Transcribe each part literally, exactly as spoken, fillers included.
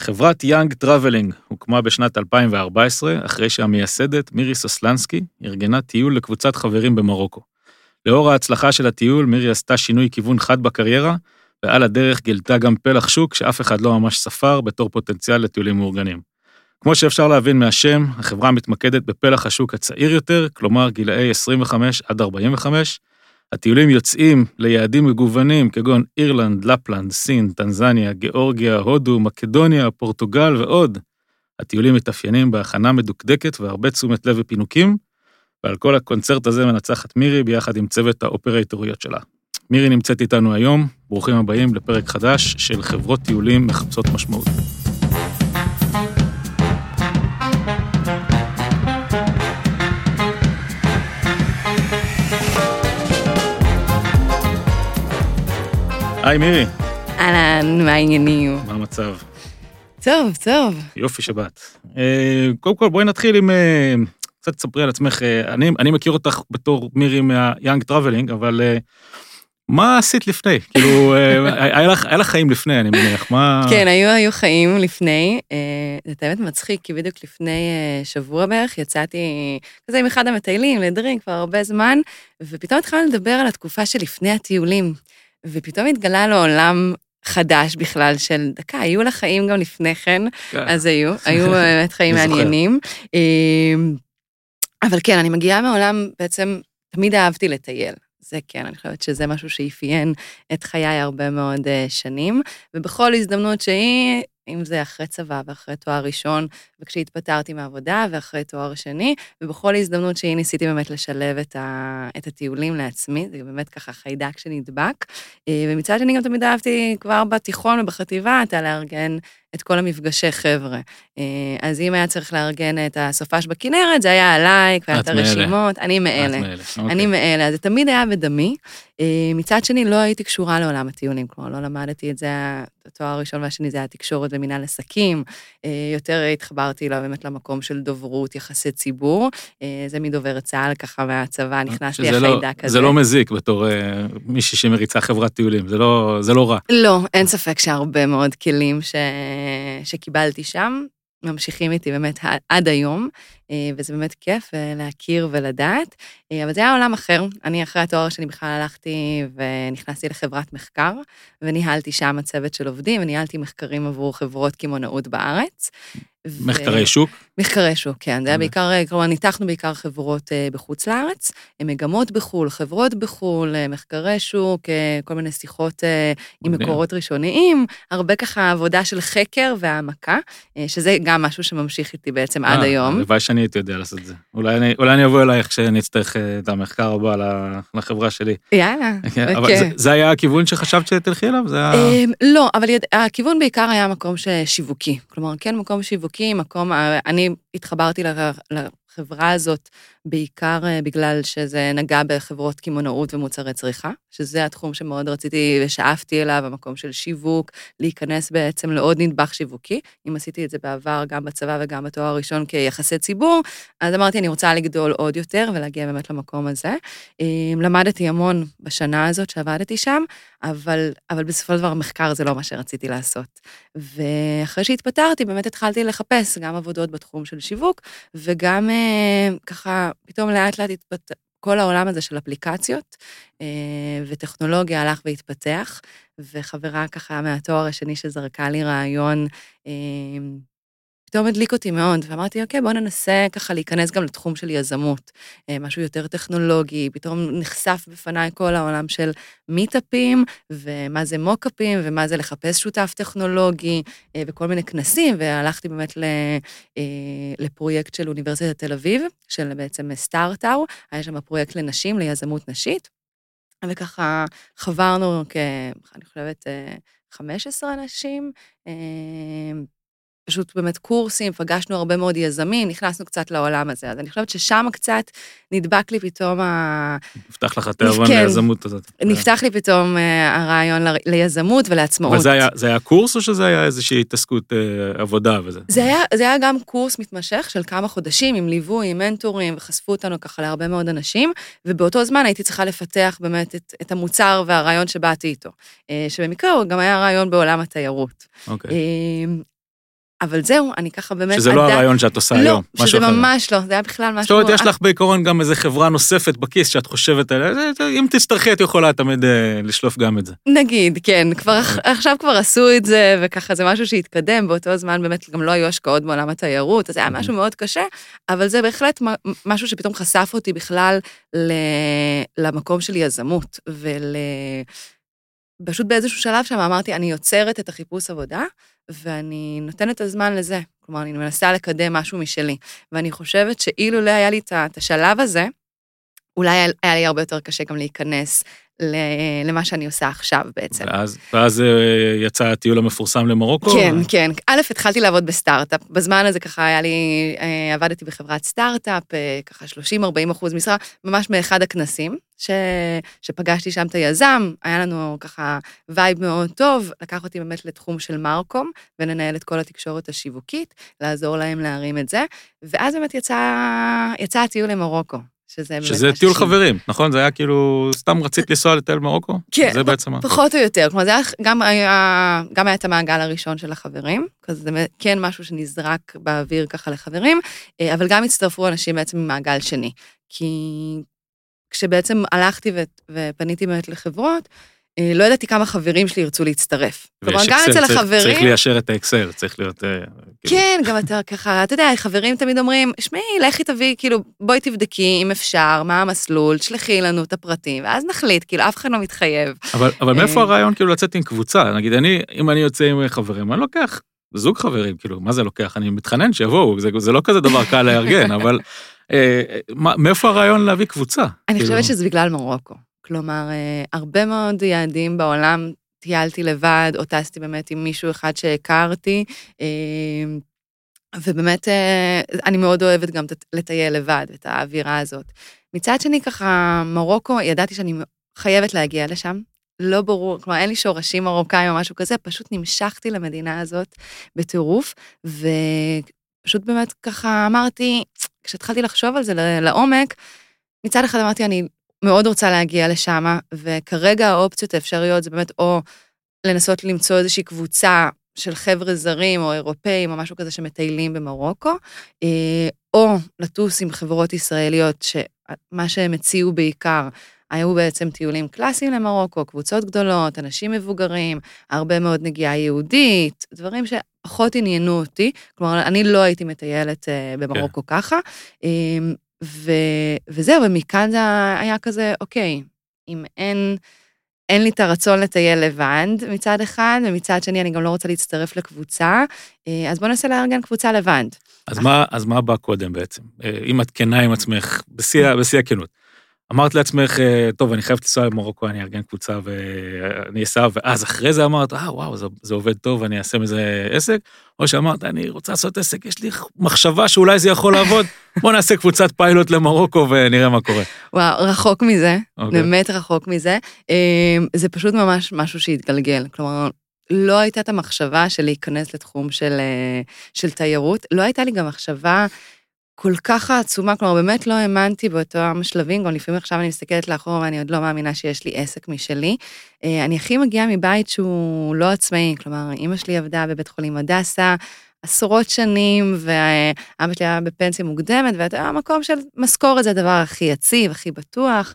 חברת יאנג טראבלינג הוקמה בשנת אלפיים וארבע עשרה, אחרי שהמייסדת מירי סוסלנסקי ארגנה טיול לקבוצת חברים במרוקו. לאור ההצלחה של הטיול, מירי עשתה שינוי כיוון חד בקריירה, ועל הדרך גילתה גם פלח שוק שאף אחד לא ממש ספר בתור פוטנציאל לטיולים מאורגנים. כמו שאפשר להבין מהשם, החברה מתמקדת בפלח השוק הצעיר יותר, כלומר גילאי עשרים וחמש עד ארבעים וחמש. הטיולים יוצאים ליעדים מגוונים כגון אירלנד, לפלנד, סין, טנזניה, גיאורגיה, הודו, מקדוניה, פורטוגל ועוד. הטיולים מתאפיינים בהכנה מדוקדקת והרבה תשומת לב ופינוקים, ועל כל הקונצרט הזה מנצחת מירי ביחד עם צוות האופרטוריות שלה. מירי נמצאת איתנו היום, ברוכים הבאים לפרק חדש של חברות טיולים מחפשות משמעות. היי מירי. אהלן, מה העניינים? מה המצב? טוב, טוב. יופי שבאת. קודם כל בואי נתחיל עם, קצת תספרי על עצמך, אני, אני מכיר אותך בתור מירי מהיאנג טראבלינג, אבל מה עשית לפני? כאילו, היה לך, היה לך חיים לפני, אני מניח, מה... כן, היו, היו חיים לפני. זה באמת מצחיק, כי בדיוק לפני שבוע בערך יצאתי כזה עם אחד המטיילים לדרינק כבר הרבה זמן, ופתאום התחלנו לדבר על התקופה שלפני הטיולים. ופתאום התגלה לו עולם חדש בכלל של דקה, היו לה חיים גם לפני כן, אז היו, היו באמת חיים מעניינים. אבל כן, אני מגיעה מעולם, בעצם תמיד אהבתי לטייל. זה כן, אני חושבת שזה משהו שאפיין את חיי הרבה מאוד שנים, ובכל הזדמנות שהיא, אם זה אחרי צבא ואחרי תואר ראשון, וכשהתפטרתי מהעבודה ואחרי תואר שני, ובכל הזדמנות שהיא ניסיתי באמת לשלב את, ה, את הטיולים לעצמי, זה באמת ככה חיידק שנדבק, ומצד שני גם תמיד אהבתי כבר בתיכון ובחטיבה, אתה לארגן את כל המפגשי חבר'ה. אז אם היה צריך לארגן את הסופש בכנרת, זה היה עליי, כבר את הרשימות, אני מאלה. אני מאלה, אז זה תמיד היה בדמי. מצד שני, לא הייתי קשורה לעולם הטיולים, כלומר, לא למדתי את זה, התואר הראשון והשני זה היה תקשורת ומינהל עסקים, יותר התחברתי לה באמת למקום של דוברות, יחסי ציבור, זה מדוברת צה"ל, ככה מהצבא, נכנס לי החיידק הזה. זה לא מזיק בתור מישהי שמריצה חברת טיולים, זה לא, זה לא רע. לא, אין ספק שהרבה מאוד כלים ש... שקיבלתי שם, ממשיכים איתי באמת עד היום, וזה באמת כיף להכיר ולדעת, אבל זה היה עולם אחר. אני אחרי התואר שלי בכלל הלכתי ונכנסתי לחברת מחקר, וניהלתי שם הצוות של עובדים, וניהלתי מחקרים עבור חברות קמעונאות בארץ. מחקרי שוק? מחקרי שוק, כן. זה היה בעיקר, כלומר, ניתחנו בעיקר חברות בחוץ לארץ, מגמות בחול, חברות בחול, מחקרי שוק, כל מיני שיחות עם מקורות ראשוניים, הרבה ככה עבודה של חקר והעמקה, שזה גם משהו שממשיך איתי בעצם עד היום. הלוואי שאני הייתי יודע לעשות את זה. אולי אני, אולי אני אבוא אלייך כשאני אצטרך את המחקר הבא לחברה שלי. יאללה. אבל זה, זה היה הכיוון שחשבת שתלכי אליו? זה היה... לא, אבל הכיוון בעיקר היה מקום שיווקי. כלומר, כן, מקום שיווקי, מקום, אני התחברתי לחברה הזאת בעיקר בגלל שזה נגע בחברות קמעונאות ומוצרי צריכה, שזה התחום שמאוד רציתי ושאפתי אליו, המקום של שיווק, להיכנס בעצם לעוד נדבך שיווקי. אם עשיתי את זה בעבר, גם בצבא וגם בתואר הראשון כיחסי ציבור, אז אמרתי, אני רוצה לגדול עוד יותר ולהגיע באמת למקום הזה. למדתי המון בשנה הזאת שעבדתי שם, אבל, אבל בסופו של דבר המחקר זה לא מה שרציתי לעשות. ואחרי שהתפטרתי, באמת התחלתי לחפש גם עבודות בתחום של שיווק, וגם ככה, פתאום לאט לאט התפתח, כל העולם הזה של אפליקציות וטכנולוגיה הלך והתפתח, וחברה ככה מהתואר השני שזרקה לי רעיון, פתאום הדליק אותי מאוד, ואמרתי, אוקיי, בוא ננסה ככה להיכנס גם לתחום של יזמות, משהו יותר טכנולוגי, פתאום נחשף בפניי כל העולם של מיטאפים, ומה זה מוקאפים, ומה זה לחפש שותף טכנולוגי, וכל מיני כנסים, והלכתי באמת לפרויקט של אוניברסיטת תל אביב, של בעצם סטארט-אאו, היה שם פרויקט לנשים, ליזמות נשית, וככה חברנו כ... אני חושבת, חמש עשרה אנשים, פשוט באמת קורסים, פגשנו הרבה מאוד יזמים, נכנסנו קצת לעולם הזה, אז אני חושבת ששם קצת נדבק לי פתאום ה... נפתח לך תיאבון ליזמות הזאת. נפתח לי פתאום הרעיון ליזמות ולעצמאות. אבל זה היה, זה היה קורס או שזה היה איזושהי התעסקות עבודה וזה? זה היה, זה היה גם קורס מתמשך של כמה חודשים, עם ליווי, עם מנטורים, וחשפו אותנו ככה להרבה מאוד אנשים, ובאותו זמן הייתי צריכה לפתח באמת את, את המוצר והרעיון שבאתי איתו, שבמקרה הוא גם היה רעיון בעולם התיירות. אוקיי. אבל זהו, אני ככה באמת... שזה לא הרעיון שאת עושה היום, משהו אחר. לא, שזה ממש לא, זה היה בכלל משהו... זאת אומרת, יש לך בעיקרון גם איזו חברה נוספת בכיס שאת חושבת עליה, אם תצטרכי, את יכולה תמיד לשלוף גם את זה. נגיד, כן, עכשיו כבר עשו את זה, וככה זה משהו שהתקדם, באותו זמן באמת גם לא היו השקעות בעולם התיירות, אז זה היה משהו מאוד קשה, אבל זה בהחלט משהו שפתאום חשף אותי בכלל למקום של יזמות, ול... פשוט באיזשהו שלב שם אמרתי, אני יוצרת את החיפוש עבודה, ואני נותנת את הזמן לזה. כלומר, אני מנסה לקדם משהו משלי. ואני חושבת שאילו לא היה לי את השלב הזה, אולי היה לי הרבה יותר קשה גם להיכנס למה שאני עושה עכשיו בעצם. ואז, ואז יצא הטיול המפורסם למרוקו? כן, כן. א', התחלתי לעבוד בסטארט-אפ. בזמן הזה ככה היה לי, עבדתי בחברת סטארט-אפ, ככה שלושים ארבעים אחוז משרה, ממש מאחד הכנסים, ש... שפגשתי שם את היזם, היה לנו ככה וייב מאוד טוב, לקח אותי באמת לתחום של מרקום, ולנהל את כל התקשורת השיווקית, לעזור להם להרים את זה, ואז באמת יצא, יצא הטיול למרוקו. שזה, שזה טיול חברים, נכון? זה היה כאילו, סתם רצית לנסוע לטייל מרוקו? כן, זה בעצם פחות או יותר. כלומר, זה היה, גם היה, גם היה את המעגל הראשון של החברים, כזה זה כן משהו שנזרק באוויר ככה לחברים, אבל גם הצטרפו אנשים בעצם ממעגל שני. כי כשבעצם הלכתי ופניתי באמת לחברות, לא ידעתי כמה חברים שלי ירצו להצטרף. כלומר, גם אצל החברים... צריך ליישר את האקסל, צריך להיות... כן, גם אתה ככה, אתה יודע, חברים תמיד אומרים, שמי, לכי תביא, כאילו, בואי תבדקי אם אפשר, מה המסלול, תשלחי לנו את הפרטים, ואז נחליט, כאילו, אף אחד לא מתחייב. אבל מאיפה הרעיון, כאילו, לצאת עם קבוצה? נגיד, אני, אם אני יוצא עם חברים, אני לוקח זוג חברים, כאילו, מה זה לוקח? אני מתחנן שיבואו, זה לא כזה דבר קל לארגן, אבל מאיפה הרעיון להביא קבוצה? אני חושבת שזה בגלל מרוקו. כלומר, הרבה מאוד יעדים בעולם טיילתי לבד, או טסתי באמת עם מישהו אחד שהכרתי, ובאמת אני מאוד אוהבת גם לטייל לבד, את האווירה הזאת. מצד שני, ככה, מרוקו, ידעתי שאני חייבת להגיע לשם, לא ברור, כלומר, אין לי שורשים מרוקאים או משהו כזה, פשוט נמשכתי למדינה הזאת בטירוף, ופשוט באמת ככה אמרתי, כשהתחלתי לחשוב על זה לעומק, מצד אחד אמרתי, אני מאוד רוצה להגיע לשם, וכרגע האופציות האפשריות זה באמת או לנסות למצוא איזושהי קבוצה של חבר'ה זרים או אירופאים או משהו כזה שמטיילים במרוקו, או לטוס עם חברות ישראליות שמה שהם הציעו בעיקר, היו בעצם טיולים קלאסיים למרוקו, קבוצות גדולות, אנשים מבוגרים, הרבה מאוד נגיעה יהודית, דברים שפחות עניינו אותי, כלומר אני לא הייתי מטיילת במרוקו ככה, ו... וזהו, ומכאן זה היה כזה, אוקיי, אם אין, אין לי את הרצון לטייל לבד מצד אחד, ומצד שני אני גם לא רוצה להצטרף לקבוצה, אז בוא ננסה לארגן קבוצה לבד. אז מה, אז מה בא קודם בעצם? אם את כנה עם עצמך, בשיא, בשיא הכנות. אמרת לעצמך, טוב, אני חייבת לנסוע למרוקו, אני ארגן קבוצה ואני אסע, ואז אחרי זה אמרת, אה, וואו, זה, זה עובד טוב, אני אעשה מזה עסק, או שאמרת, אני רוצה לעשות עסק, יש לי מחשבה שאולי זה יכול לעבוד, בוא נעשה קבוצת פיילוט למרוקו ונראה מה קורה. וואו, רחוק מזה, okay. באמת רחוק מזה, זה פשוט ממש משהו שהתגלגל, כלומר, לא הייתה את המחשבה של להיכנס לתחום של, של תיירות, לא הייתה לי גם מחשבה, כל כך העצומה, כלומר, באמת לא האמנתי באותם שלבים, גם לפעמים עכשיו אני מסתכלת לאחור, ואני עוד לא מאמינה שיש לי עסק משלי. אני הכי מגיעה מבית שהוא לא עצמאי, כלומר, אמא שלי עבדה בבית חולים הדסה, עשרות שנים, ואבא שלי היה בפנסיה מוקדמת, והמקום של משכורת זה הדבר הכי יציב, הכי בטוח.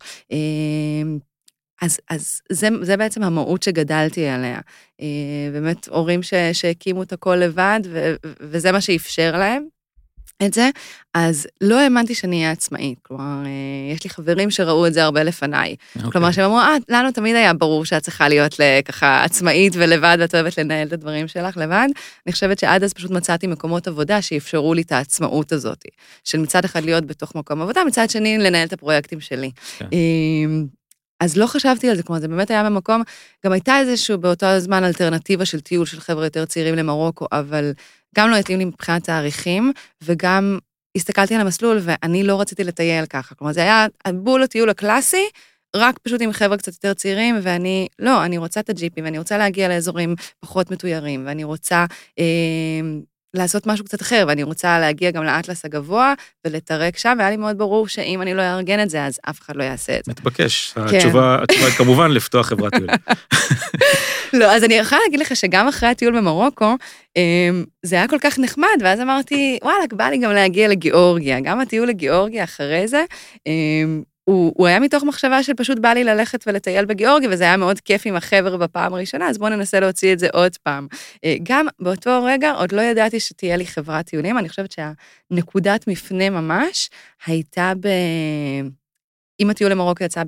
אז, אז זה, זה בעצם המהות שגדלתי עליה. באמת, הורים ש, שהקימו את הכל לבד, ו, וזה מה שאפשר להם. את זה, אז לא האמנתי שאני אהיה עצמאית, כלומר, יש לי חברים שראו את זה הרבה לפניי, okay. כלומר, שהם אמרו, אה, לנו תמיד היה ברור שאת צריכה להיות ככה עצמאית ולבד, ואת אוהבת לנהל את הדברים שלך לבד, אני חושבת שעד אז פשוט מצאתי מקומות עבודה שאפשרו לי את העצמאות הזאת, של מצד אחד להיות בתוך מקום עבודה, מצד שני לנהל את הפרויקטים שלי. Okay. אז לא חשבתי על זה, כלומר, זה באמת היה במקום, גם הייתה איזשהו באותו הזמן אלטרנטיבה של טיול של חבר'ה יותר צעירים למרוקו, אבל גם לא התאים לי מבחינת תאריכים, וגם הסתכלתי על המסלול, ואני לא רציתי לטייל ככה. כלומר, זה היה בול הטיול הקלאסי, רק פשוט עם חבר'ה קצת יותר צעירים, ואני, לא, אני רוצה את הג'יפים, ואני רוצה להגיע לאזורים פחות מתוירים, ואני רוצה אה, לעשות משהו קצת אחר, ואני רוצה להגיע גם לאטלס הגבוה, ולתרק שם, והיה לי מאוד ברור שאם אני לא אארגן את זה, אז אף אחד לא יעשה את זה. מתבקש. התשובה, התשובה כמובן לפתוח חברת טיול. לא, אז אני יכולה להגיד לך שגם אחרי הטיול במרוקו, זה היה כל כך נחמד, ואז אמרתי, וואלה, בא לי גם להגיע לגיאורגיה, גם הטיול לגיאורגיה אחרי זה, הוא, הוא היה מתוך מחשבה של פשוט בא לי ללכת ולטייל בגיאורגיה, וזה היה מאוד כיף עם החבר בפעם הראשונה, אז בואו ננסה להוציא את זה עוד פעם. גם באותו רגע עוד לא ידעתי שתהיה לי חברת טיולים, אני חושבת שהנקודת מפנה ממש הייתה ב... אם הטיול למרוקו יצא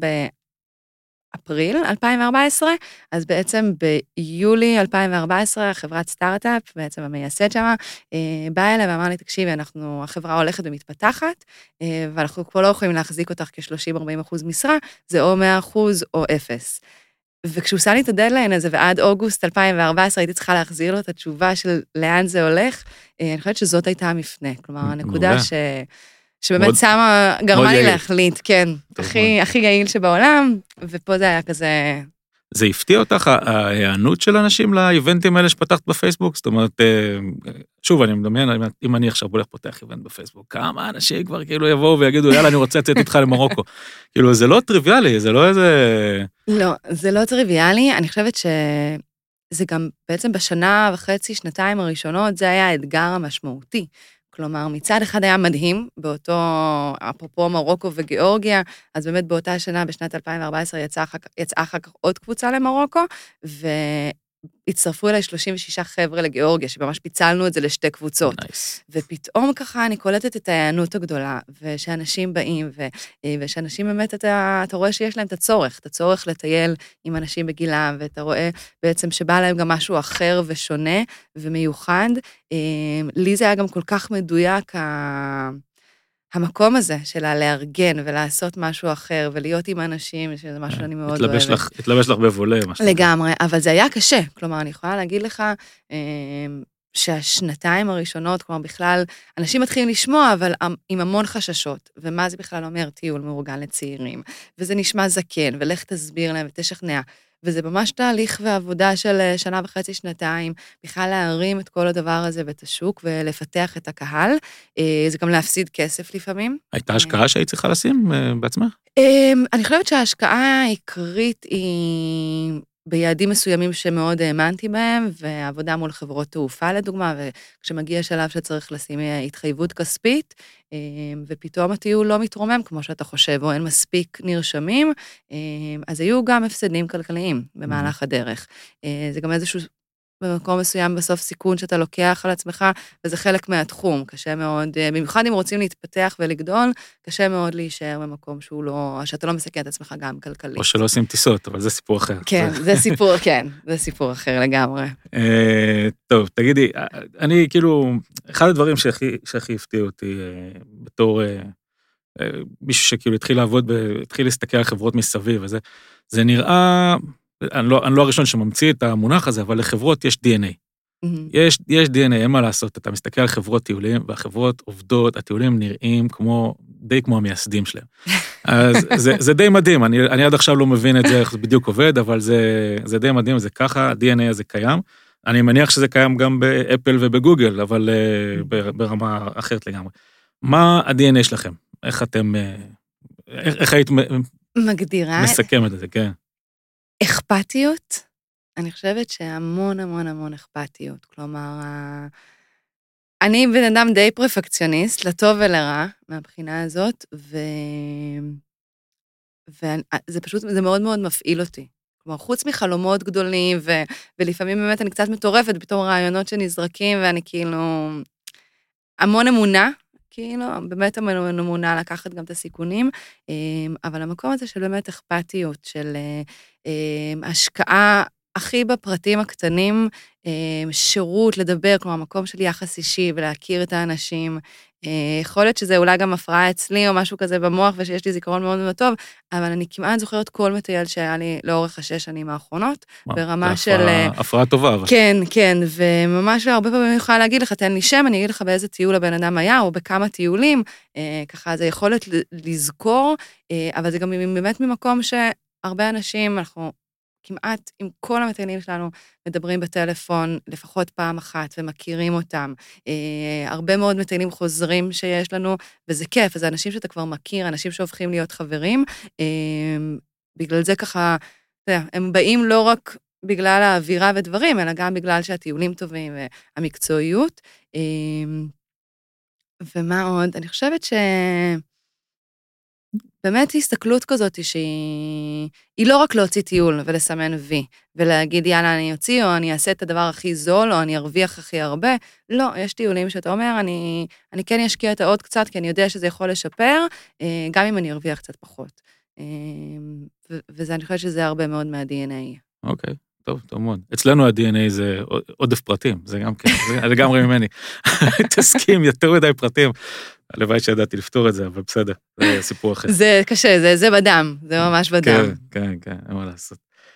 באפריל אלפיים וארבע עשרה, אז בעצם ביולי אלפיים וארבע עשרה, חברת סטארט-אפ, בעצם המייסד שמה, באה אליי ואמר לי, תקשיבי, אנחנו, החברה הולכת ומתפתחת, ואנחנו כבר לא יכולים להחזיק אותך כ-שלושים עד ארבעים אחוז משרה, זה או מאה אחוז או אפס. וכשהוא עשה לי את הדדליין הזה, ועד אוגוסט אלפיים וארבע עשרה הייתי צריכה להחזיר לו את התשובה של לאן זה הולך, אני חושבת שזאת הייתה המפנה. כלומר, הנקודה ש... שבאמת שמה, גרמה לי להחליט, כן, הכי, הכי יעיל שבעולם, ופה זה היה כזה... זה הפתיע אותך, ההיענות של אנשים לאיבנטים האלה שפתחת בפייסבוק? זאת אומרת, שוב, אני מדמיין, אם אני עכשיו הולך פותח איבנט בפייסבוק, כמה אנשים כבר כאילו יבואו ויגידו, יאללה, אני רוצה לצאת איתך למרוקו. כאילו, זה לא טריוויאלי, זה לא איזה... לא, זה לא טריוויאלי, אני חושבת שזה גם בעצם בשנה וחצי, שנתיים הראשונות, זה היה האתגר המשמעותי. כלומר, מצד אחד היה מדהים, באותו, אפרופו מרוקו וגיאורגיה, אז באמת באותה שנה, בשנת אלפיים וארבע עשרה, יצאה אחר כך עוד קבוצה למרוקו, והצטרפו אליי שלושים ושישה חבר'ה לגיאורגיה, שממש פיצלנו את זה לשתי קבוצות. Nice. ופתאום ככה אני קולטת את ההיענות הגדולה, ושאנשים באים, ו, ושאנשים באמת, אתה, אתה רואה שיש להם את הצורך, את הצורך לטייל עם אנשים בגילם, ואתה רואה בעצם שבא להם גם משהו אחר ושונה ומיוחד. לי זה היה גם כל כך מדויק, המקום הזה של לארגן ולעשות משהו אחר, ולהיות עם אנשים, שזה משהו שאני מאוד אוהבת. התלבש לך בבולה. לגמרי, אבל זה היה קשה. כלומר, אני יכולה להגיד לך שהשנתיים הראשונות, כלומר בכלל, אנשים מתחילים לשמוע, אבל עם המון חששות. ומה זה בכלל אומר טיול מאורגן לצעירים? וזה נשמע זקן, ולך תסביר להם ותשכנע. וזה ממש תהליך ועבודה של שנה וחצי, שנתיים, בכלל להרים את כל הדבר הזה ואת השוק, ולפתח את הקהל. זה גם להפסיד כסף לפעמים. הייתה השקעה שהיית צריכה לשים בעצמך? אני חושבת שההשקעה העיקרית היא ביעדים מסוימים שמאוד האמנתי בהם, ועבודה מול חברות תעופה לדוגמה, וכשמגיע שלב שצריך לשים התחייבות כספית, ופתאום הטיול לא מתרומם כמו שאתה חושב, או אין מספיק נרשמים, אז היו גם הפסדים כלכליים במהלך הדרך. זה גם איזשהו במקום מסוים בסוף סיכון שאתה לוקח על עצמך, וזה חלק מהתחום, קשה מאוד, במיוחד אם רוצים להתפתח ולגדול, קשה מאוד להישאר במקום שהוא לא, שאתה לא מסכן את עצמך גם כלכלית. או שלא עושים טיסות, אבל זה סיפור אחר. כן, זה סיפור, כן, זה סיפור אחר לגמרי. טוב, תגידי, אני כאילו, אחד הדברים שהכי הפתיע אותי בתור מישהו שכאילו התחיל לעבוד, התחיל להסתכל על חברות מסביב, וזה, זה נראה, אני לא, אני לא הראשון שממציא את המונח הזה, אבל לחברות יש די אן איי. Mm-hmm. יש, יש די אן איי, אין מה לעשות, אתה מסתכל על חברות טיולים, והחברות עובדות, הטיולים נראים כמו, די כמו המייסדים שלהם. אז זה, זה די מדהים, אני, אני עד עכשיו לא מבין את זה, איך זה בדיוק עובד, אבל זה, זה די מדהים, זה ככה, ה-די אן איי הזה קיים. אני מניח שזה קיים גם באפל ובגוגל, אבל mm-hmm. ברמה אחרת לגמרי. מה ה-די אן איי שלכם? איך אתם, איך, איך היית מגדירה? מסכמת את זה, כן. אכפתיות, אני חושבת שהמון המון המון אכפתיות, כלומר, אני בן אדם די פרפקציוניסט, לטוב ולרע, מהבחינה הזאת, ו... וזה פשוט, זה מאוד מאוד מפעיל אותי. כלומר, חוץ מחלומות גדולים, ו... ולפעמים באמת אני קצת מטורפת, בתור רעיונות שנזרקים, ואני כאילו, המון אמונה, כאילו, באמת אמונה לקחת גם את הסיכונים, אבל המקום הזה של באמת אכפתיות, של השקעה הכי בפרטים הקטנים, שירות, לדבר, כלומר, המקום של יחס אישי ולהכיר את האנשים, יכול להיות שזה אולי גם הפרעה אצלי או משהו כזה במוח ושיש לי זיכרון מאוד מאוד טוב, אבל אני כמעט זוכרת כל מטייל שהיה לי לאורך השש שנים האחרונות, ברמה של... הפרעה טובה. כן, כן, וממש הרבה פעמים אני יכולה להגיד לך, תן לי שם, אני אגיד לך באיזה טיול הבן אדם היה, או בכמה טיולים, ככה זה יכול להיות לזכור, אבל זה גם באמת ממקום שהרבה אנשים, אנחנו כמעט עם כל המטיילים שלנו מדברים בטלפון לפחות פעם אחת ומכירים אותם. אה, הרבה מאוד מטיילים חוזרים שיש לנו, וזה כיף, זה אנשים שאתה כבר מכיר, אנשים שהופכים להיות חברים. אה, בגלל זה ככה, אתה יודע, הם באים לא רק בגלל האווירה ודברים, אלא גם בגלל שהטיולים טובים והמקצועיות. אה, ומה עוד? אני חושבת ש... באמת הסתכלות כזאת שהיא היא לא רק להוציא טיול ולסמן וי, ולהגיד יאללה אני אוציא, או אני אעשה את הדבר הכי זול, או אני ארוויח הכי הרבה. לא, יש טיולים שאתה אומר, אני, אני כן אשקיע את העוד קצת, כי אני יודע שזה יכול לשפר, גם אם אני ארוויח קצת פחות. ו- וזה, אני חושבת שזה הרבה מאוד מה-די אן איי. אוקיי, טוב, טוב מאוד. אצלנו ה-די אן איי זה עודף פרטים, זה גם כן, זה לגמרי ממני. תסכים, יותר מדי פרטים. הלוואי שידעתי לפתור את זה, אבל בסדר, זה סיפור אחר. זה קשה, זה, זה בדם, זה ממש בדם. כן, כן, כן, אין מה לעשות.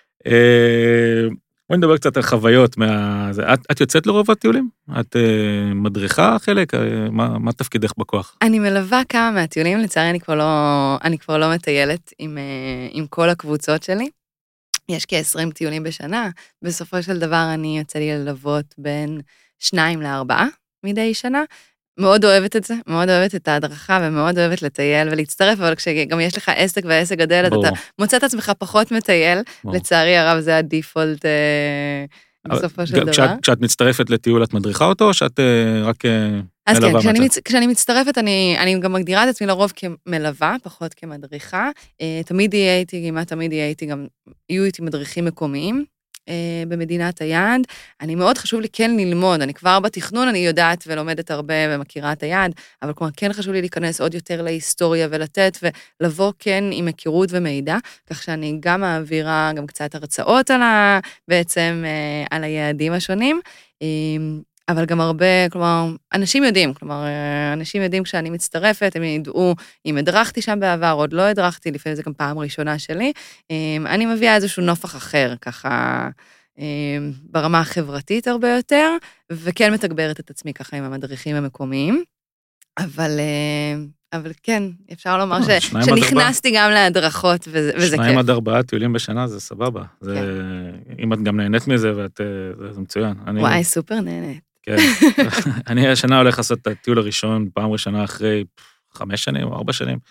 בואי נדבר קצת על חוויות. מה... את, את יוצאת לרוב הטיולים? את uh, מדריכה חלק? מה, מה תפקידך בכוח? אני מלווה כמה מהטיולים, לצערי אני כבר לא, אני כבר לא מטיילת עם, עם כל הקבוצות שלי. יש כ-עשרים טיולים בשנה, בסופו של דבר אני יוצא לי ללוות בין שניים לארבעה מדי שנה. מאוד אוהבת את זה, מאוד אוהבת את ההדרכה, ומאוד אוהבת לטייל ולהצטרף, אבל כשגם יש לך עסק והעסק גדל, אז אתה מוצא את עצמך פחות מטייל, לצערי הרב זה הדיפולט בסופו של דבר. כשאת מצטרפת לטיול, את מדריכה אותו, או שאת רק אז כן, כשאני מצטרפת, אני גם מגדירה את עצמי לרוב כמלווה, פחות כמדריכה. תמיד יהיה איתי, כמעט תמיד יהיה איתי, גם יהיו איתי מדריכים מקומיים, במדינת היעד. אני מאוד חשוב לי כן ללמוד, אני כבר בתכנון, אני יודעת ולומדת הרבה ומכירה את היעד, אבל כלומר כן חשוב לי להיכנס עוד יותר להיסטוריה ולתת, ולבוא כן עם הכירות ומידע, כך שאני גם מעבירה גם קצת הרצאות על ה... בעצם על היעדים השונים, אבל גם הרבה, כלומר, אנשים יודעים, כלומר, אנשים יודעים כשאני מצטרפת, הם ידעו אם הדרכתי שם בעבר, עוד לא הדרכתי, לפעמים זה גם פעם ראשונה שלי, אני מביאה איזשהו נופח אחר, ככה, ברמה החברתית הרבה יותר, וכן מתגברת את עצמי ככה עם המדריכים המקומיים, אבל, אבל כן, אפשר לומר ש, שנכנסתי גם להדרכות, וזה, וזה כיף. שניים עד ארבעה טיולים בשנה, זה סבבה. זה, אם את גם נהנית מזה, ואת, זה מצוין. וואי, סופר נהנית. כן, אני השנה הולך לעשות את הטיול הראשון, פעם ראשונה אחרי חמש שנים או ארבע שנים.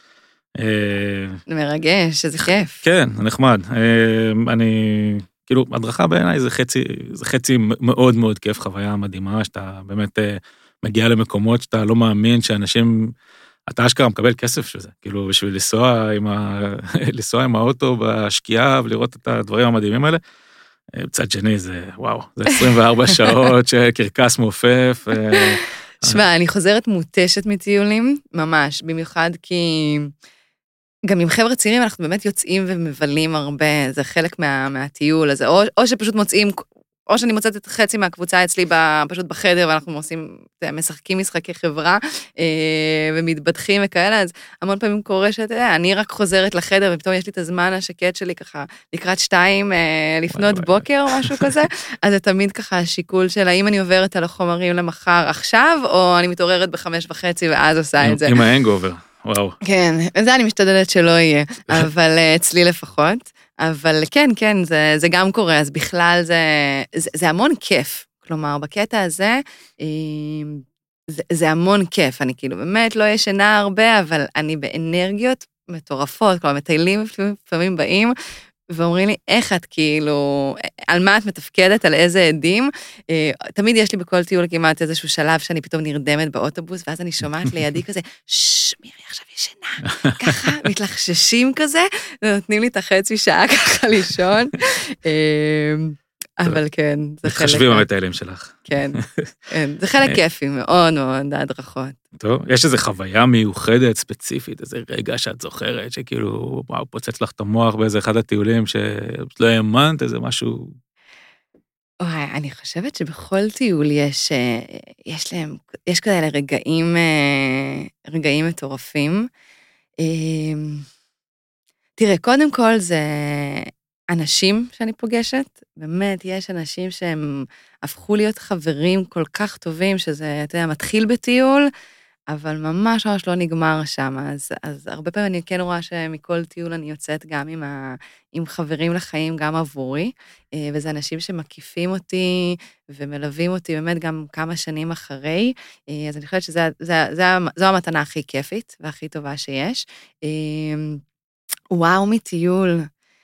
מרגש, איזה כיף. כן, נחמד. אני, כאילו, הדרכה בעיניי זה חצי, זה חצי מאוד מאוד כיף, חוויה מדהימה, שאתה באמת מגיע למקומות שאתה לא מאמין שאנשים, אתה אשכרה מקבל כסף שזה, כאילו, בשביל לנסוע עם, ה... לנסוע עם האוטו בשקיעה ולראות את הדברים המדהימים האלה. בצד שני זה, וואו, זה עשרים וארבע שעות שקרקס מעופף. שמע, אני חוזרת מוטשת מטיולים, ממש, במיוחד כי גם עם חבר'ה צעירים אנחנו באמת יוצאים ומבלים הרבה, זה חלק מה, מהטיול הזה, או, או שפשוט מוצאים, או שאני מוצאת את חצי מהקבוצה אצלי פשוט בחדר, ואנחנו עושים, משחקים משחקי חברה, ומתבדחים וכאלה, אז המון פעמים קורה שאתה, אני רק חוזרת לחדר, ופתאום יש לי את הזמן השקט שלי ככה, לקראת שתיים, לפנות בוקר או משהו כזה, אז זה תמיד ככה השיקול של, האם אני עוברת על החומרים למחר עכשיו, או אני מתעוררת בחמש וחצי, ואז עושה את זה. עם ההנגאובר, וואו. כן, וזה אני משתדלת שלא יהיה, אבל אצלי לפחות. אבל כן, כן, זה, זה גם קורה, אז בכלל זה, זה, זה המון כיף. כלומר, בקטע הזה, זה, זה המון כיף. אני כאילו באמת לא ישנה הרבה, אבל אני באנרגיות מטורפות, כלומר, מטיילים לפעמים באים, ואומרים לי, איך את כאילו, על מה את מתפקדת, על איזה עדים. תמיד יש לי בכל טיול כמעט איזשהו שלב שאני פתאום נרדמת באוטובוס, ואז אני שומעת לידי כזה, ששש, מירי עכשיו ישנה. ככה, מתלחששים כזה, ונותנים לי את החצי שעה ככה לישון. אבל כן, זה חלק... מתחשבים המטיילים שלך. כן, זה חלק כיפי, מאוד מאוד, ההדרכות. טוב, יש איזו חוויה מיוחדת, ספציפית, איזה רגע שאת זוכרת, שכאילו, וואו, פוצץ לך את המוח באיזה אחד הטיולים, שלא האמנת, איזה משהו... וואי, אני חושבת שבכל טיול יש, יש להם, יש כאלה רגעים, רגעים מטורפים. תראה, קודם כל זה אנשים שאני פוגשת, באמת, יש אנשים שהם הפכו להיות חברים כל כך טובים, שזה, אתה יודע, מתחיל בטיול, אבל ממש ממש לא נגמר שם, אז, אז הרבה פעמים אני כן רואה שמכל טיול אני יוצאת גם עם, ה, עם חברים לחיים, גם עבורי, וזה אנשים שמקיפים אותי ומלווים אותי באמת גם כמה שנים אחרי, אז אני חושבת שזה, זה, זה, זו המתנה הכי כיפית והכי טובה שיש. וואו מטיול.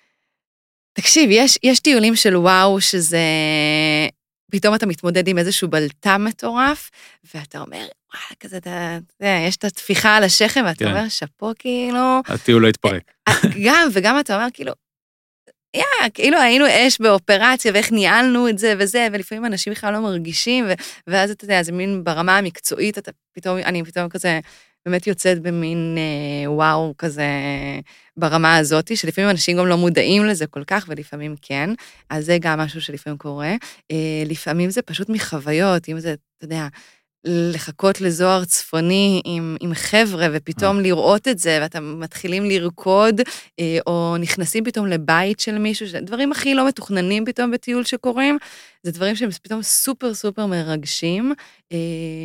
תקשיב, יש, יש טיולים של וואו שזה... פתאום אתה מתמודד עם איזשהו בלטם מטורף, ואתה אומר, וואלה, כזה, אתה, יש את התפיחה על השכם, ואתה כן. אומר, שפו, כאילו... הטיול לא התפרק. גם, וגם אתה אומר, כאילו, יא, כאילו היינו אש באופרציה, ואיך ניהלנו את זה וזה, ולפעמים אנשים בכלל לא מרגישים, ו, ואז אתה יודע, זה מין ברמה המקצועית, אתה פתאום, אני פתאום כזה... באמת יוצאת במין אה, וואו כזה ברמה הזאת, שלפעמים אנשים גם לא מודעים לזה כל כך, ולפעמים כן, אז זה גם משהו שלפעמים קורה. אה, לפעמים זה פשוט מחוויות, אם זה, אתה יודע, לחכות לזוהר צפוני עם, עם חבר'ה, ופתאום לראות את זה, ואתם מתחילים לרקוד, אה, או נכנסים פתאום לבית של מישהו, דברים הכי לא מתוכננים פתאום בטיול שקורים, זה דברים שהם פתאום סופר סופר מרגשים, אה,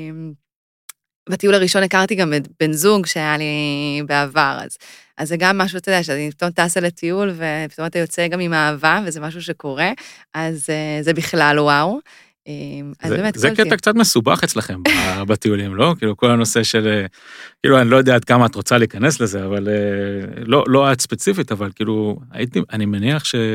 בטיול הראשון הכרתי גם את בן זוג שהיה לי בעבר, אז, אז זה גם משהו, אתה יודע, שאני פתאום טסה לטיול, ופתאום אתה יוצא גם עם אהבה, וזה משהו שקורה, אז זה בכלל וואו. אז זה, באמת, זה קטע טיול. קצת מסובך אצלכם בטיולים, לא? כאילו כל הנושא של, כאילו אני לא יודע עד כמה את רוצה להיכנס לזה, אבל לא, לא את ספציפית, אבל כאילו, הייתי, אני מניח ש...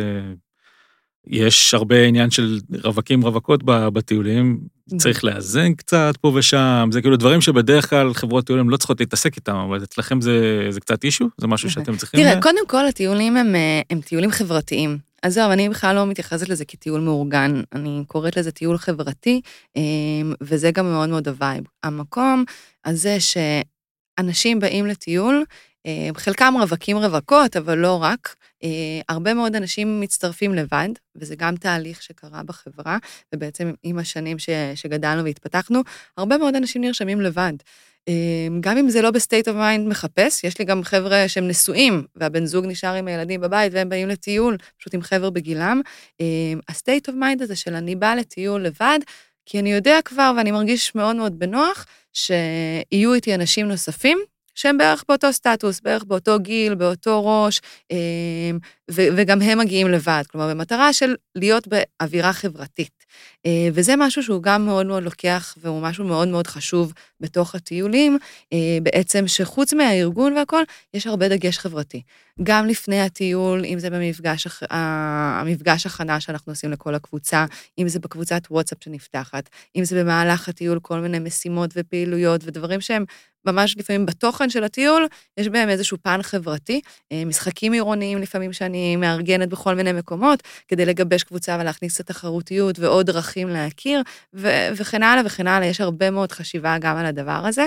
יש הרבה עניין של רווקים רווקות בטיולים, צריך לאזן קצת פה ושם, זה כאילו דברים שבדרך כלל חברות טיולים לא צריכות להתעסק איתם, אבל אצלכם זה, זה קצת אישו? זה משהו שאתם צריכים... תראה, קודם כל הטיולים הם, הם טיולים חברתיים. אז זהו, אני בכלל לא מתייחסת לזה כטיול מאורגן, אני קוראת לזה טיול חברתי, וזה גם מאוד מאוד הווייב. המקום הזה שאנשים באים לטיול, חלקם רווקים רווקות, אבל לא רק, הרבה מאוד אנשים מצטרפים לבד, וזה גם תהליך שקרה בחברה, ובעצם עם השנים שגדלנו והתפתחנו, הרבה מאוד אנשים נרשמים לבד. גם אם זה לא בסטייט אוף מיינד מחפש, יש לי גם חבר'ה שהם נשואים, והבן זוג נשאר עם הילדים בבית, והם באים לטיול, פשוט עם חבר'ה בגילם. הסטייט אוף מיינד הזה של אני באה לטיול לבד, כי אני יודע כבר, ואני מרגיש מאוד מאוד בנוח, שיהיו איתי אנשים נוספים, שהם בערך באותו סטטוס, בערך באותו גיל, באותו ראש, וגם הם מגיעים לבד, כלומר, במטרה של להיות באווירה חברתית. וזה משהו שהוא גם מאוד מאוד לוקח, והוא משהו מאוד מאוד חשוב בתוך הטיולים, בעצם שחוץ מהארגון והכל, יש הרבה דגש חברתי. גם לפני הטיול, אם זה במפגש, המפגש הכנה שאנחנו עושים לכל הקבוצה, אם זה בקבוצת וואטסאפ שנפתחת, אם זה במהלך הטיול, כל מיני משימות ופעילויות ודברים שהם ממש לפעמים בתוכן של הטיול, יש בהם איזשהו פן חברתי, משחקים עירוניים לפעמים שאני מארגנת בכל מיני מקומות, כדי לגבש קבוצה ולהכניס את התחרותיות ועוד דרכים להכיר, ו- וכן הלאה וכן הלאה, יש הרבה מאוד חשיבה גם על הדבר הזה,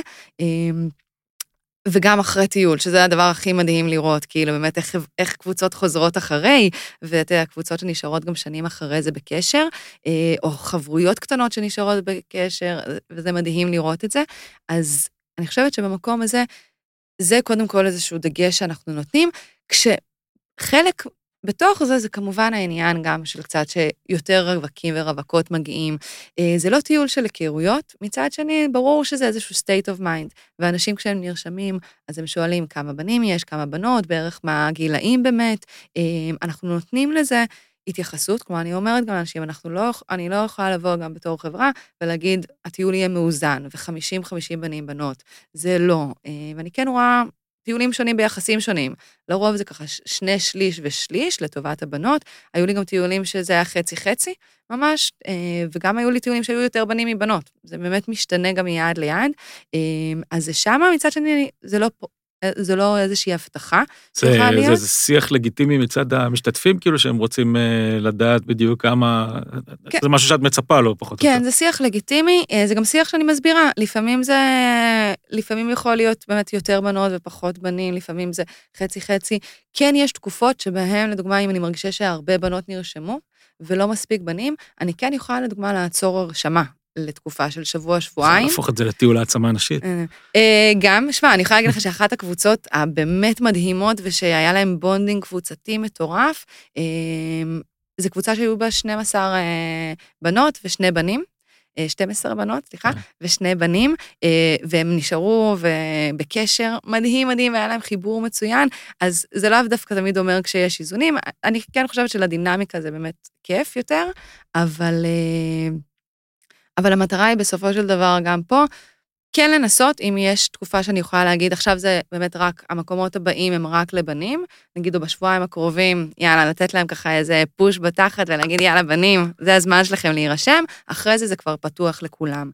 וגם אחרי טיול, שזה הדבר הכי מדהים לראות, כאילו באמת איך, איך קבוצות חוזרות אחרי, ואת הקבוצות שנשארות גם שנים אחרי זה בקשר, או חברויות קטנות שנשארות בקשר, וזה מדהים לראות את זה, אז אני חושבת שבמקום הזה, זה קודם כל איזשהו דגש שאנחנו נותנים, כשחלק בתוך זה, זה כמובן העניין גם של קצת שיותר רווקים ורווקות מגיעים. זה לא טיול של היכרויות, מצד שני, ברור שזה איזשהו state of mind, ואנשים כשהם נרשמים, אז הם שואלים כמה בנים יש, כמה בנות, בערך מה הגילאים באמת, אנחנו נותנים לזה התייחסות, כלומר, אני אומרת גם לאנשים, אנחנו לא, אני לא יכולה לבוא גם בתור חברה, ולהגיד, הטיול יהיה מאוזן, ו-חמישים חמישים בנים בנות, זה לא, ואני כן רואה טיולים שונים ביחסים שונים, לרוב זה ככה שני שליש ושליש לטובת הבנות, היו לי גם טיולים שזה היה חצי-חצי, ממש, וגם היו לי טיולים שהיו יותר בנים מבנות, זה באמת משתנה גם מיד ליד, אז זה שמה, מצד שני, זה לא פה, זה לא איזושהי הבטחה. זה, זה, זה שיח לגיטימי מצד המשתתפים, כאילו שהם רוצים לדעת בדיוק כמה, כן. זה משהו שאת מצפה לו פחות או יותר. כן, זה שיח לגיטימי, זה גם שיח שאני מסבירה, לפעמים זה, לפעמים יכול להיות באמת יותר בנות ופחות בנים, לפעמים זה חצי-חצי, כן יש תקופות שבהן, לדוגמה, אם אני מרגישה שהרבה בנות נרשמו, ולא מספיק בנים, אני כן יכולה לדוגמה לעצור הרשמה. לתקופה של שבוע, שבועיים. להפוך את זה לטיול העצמה נשית. גם, שמע, אני יכולה להגיד לך שאחת הקבוצות הבאמת מדהימות, ושהיה להם בונדינג קבוצתי מטורף, זו קבוצה שהיו בה שתים עשרה בנות ושני בנים, שתים עשרה בנות, סליחה, ושני בנים, והם נשארו בקשר מדהים מדהים, והיה להם חיבור מצוין, אז זה לאו דווקא תמיד אומר כשיש איזונים, אני כן חושבת שלדינמיקה זה באמת כיף יותר, אבל, אבל המטרה היא בסופו של דבר גם פה, כן לנסות, אם יש תקופה שאני יכולה להגיד, עכשיו זה באמת רק, המקומות הבאים הם רק לבנים, נגיד, או בשבועיים הקרובים, יאללה, לתת להם ככה איזה פוש בתחת, ולהגיד, יאללה, בנים, זה הזמן שלכם להירשם, אחרי זה זה כבר פתוח לכולם.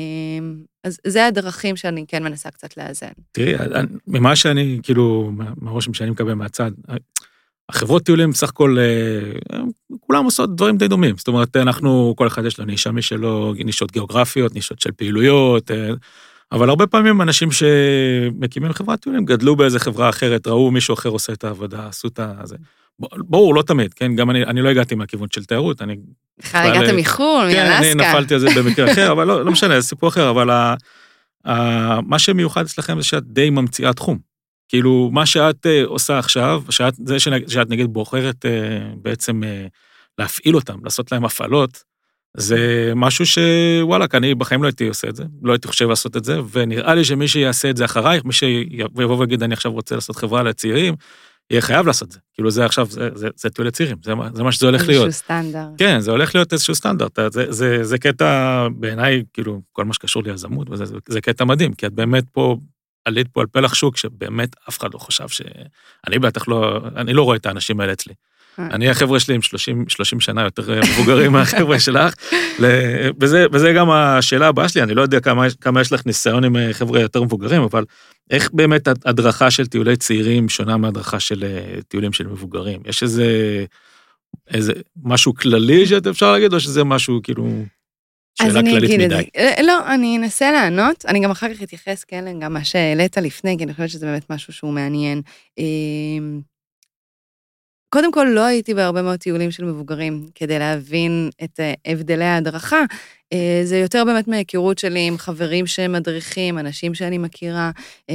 אז זה הדרכים שאני כן מנסה קצת לאזן. תראי, ממה שאני, כאילו, מהרושם שאני מקבל מהצד, החברות טיולים בסך הכל, כולם עושות דברים די דומים, זאת אומרת, אנחנו, כל אחד יש לו נישה משלו, נישות גיאוגרפיות, נישות של פעילויות, אבל הרבה פעמים אנשים שמקימים חברת טיולים, גדלו באיזה חברה אחרת, ראו מישהו אחר עושה את העבודה, עשו את זה. ברור, לא תמיד, כן? גם אני, אני לא הגעתי מהכיוון של תיירות, אני... בכלל הגעת מחול, מאלסקה. כן, אני נפלתי על זה במקרה אחר, אבל לא, לא משנה, זה סיפור אחר, אבל ה, ה, מה שמיוחד אצלכם זה שאת די ממציאה תחום. כאילו, מה שאת uh, עושה עכשיו, שאת, זה שאת נגיד בוחרת uh, בעצם uh, להפעיל אותם, לעשות להם הפעלות, זה משהו שוואלה, אני בחיים לא הייתי עושה את זה, לא הייתי חושב לעשות את זה, ונראה לי שמי שיעשה את זה אחרייך, מי שיבוא ויגיד, אני עכשיו רוצה לעשות חברה לצעירים, יהיה חייב לעשות זה. כאילו זה עכשיו, זה, זה, זה טיול לצעירים, זה, זה מה שזה הולך להיות. איזשהו סטנדרט. כן, זה הולך להיות איזשהו סטנדרט. זה, זה, זה קטע, בעיניי, כאילו, כל מה שקשור ליזמות, וזה, זה, זה קטע מדהים, כי את באמת פה, עלית פה על פלח שוק, שבאמת אף אחד לא חושב ש... אני בטח לא, אני לא רואה את האנשים האלה אצלי. אני, החבר'ה שלי עם שלושים שנה יותר מבוגרים מהחבר'ה שלך, וזה, וזה גם השאלה הבאה שלי, אני לא יודע כמה, כמה יש לך ניסיון עם חבר'ה יותר מבוגרים, אבל איך באמת הדרכה של טיולי צעירים שונה מהדרכה של טיולים של מבוגרים? יש איזה, איזה משהו כללי שאת אפשר להגיד, או שזה משהו כאילו... אז אני אגיד את זה. לא, אני אנסה לענות, אני גם אחר כך אתייחס, כן, גם מה שהעלית לפני, כי אני חושבת שזה באמת משהו שהוא מעניין. קודם כל, לא הייתי בהרבה מאוד טיולים של מבוגרים, כדי להבין את הבדלי ההדרכה. זה יותר באמת מהיכרות שלי עם חברים שמדריכים, אנשים שאני מכירה,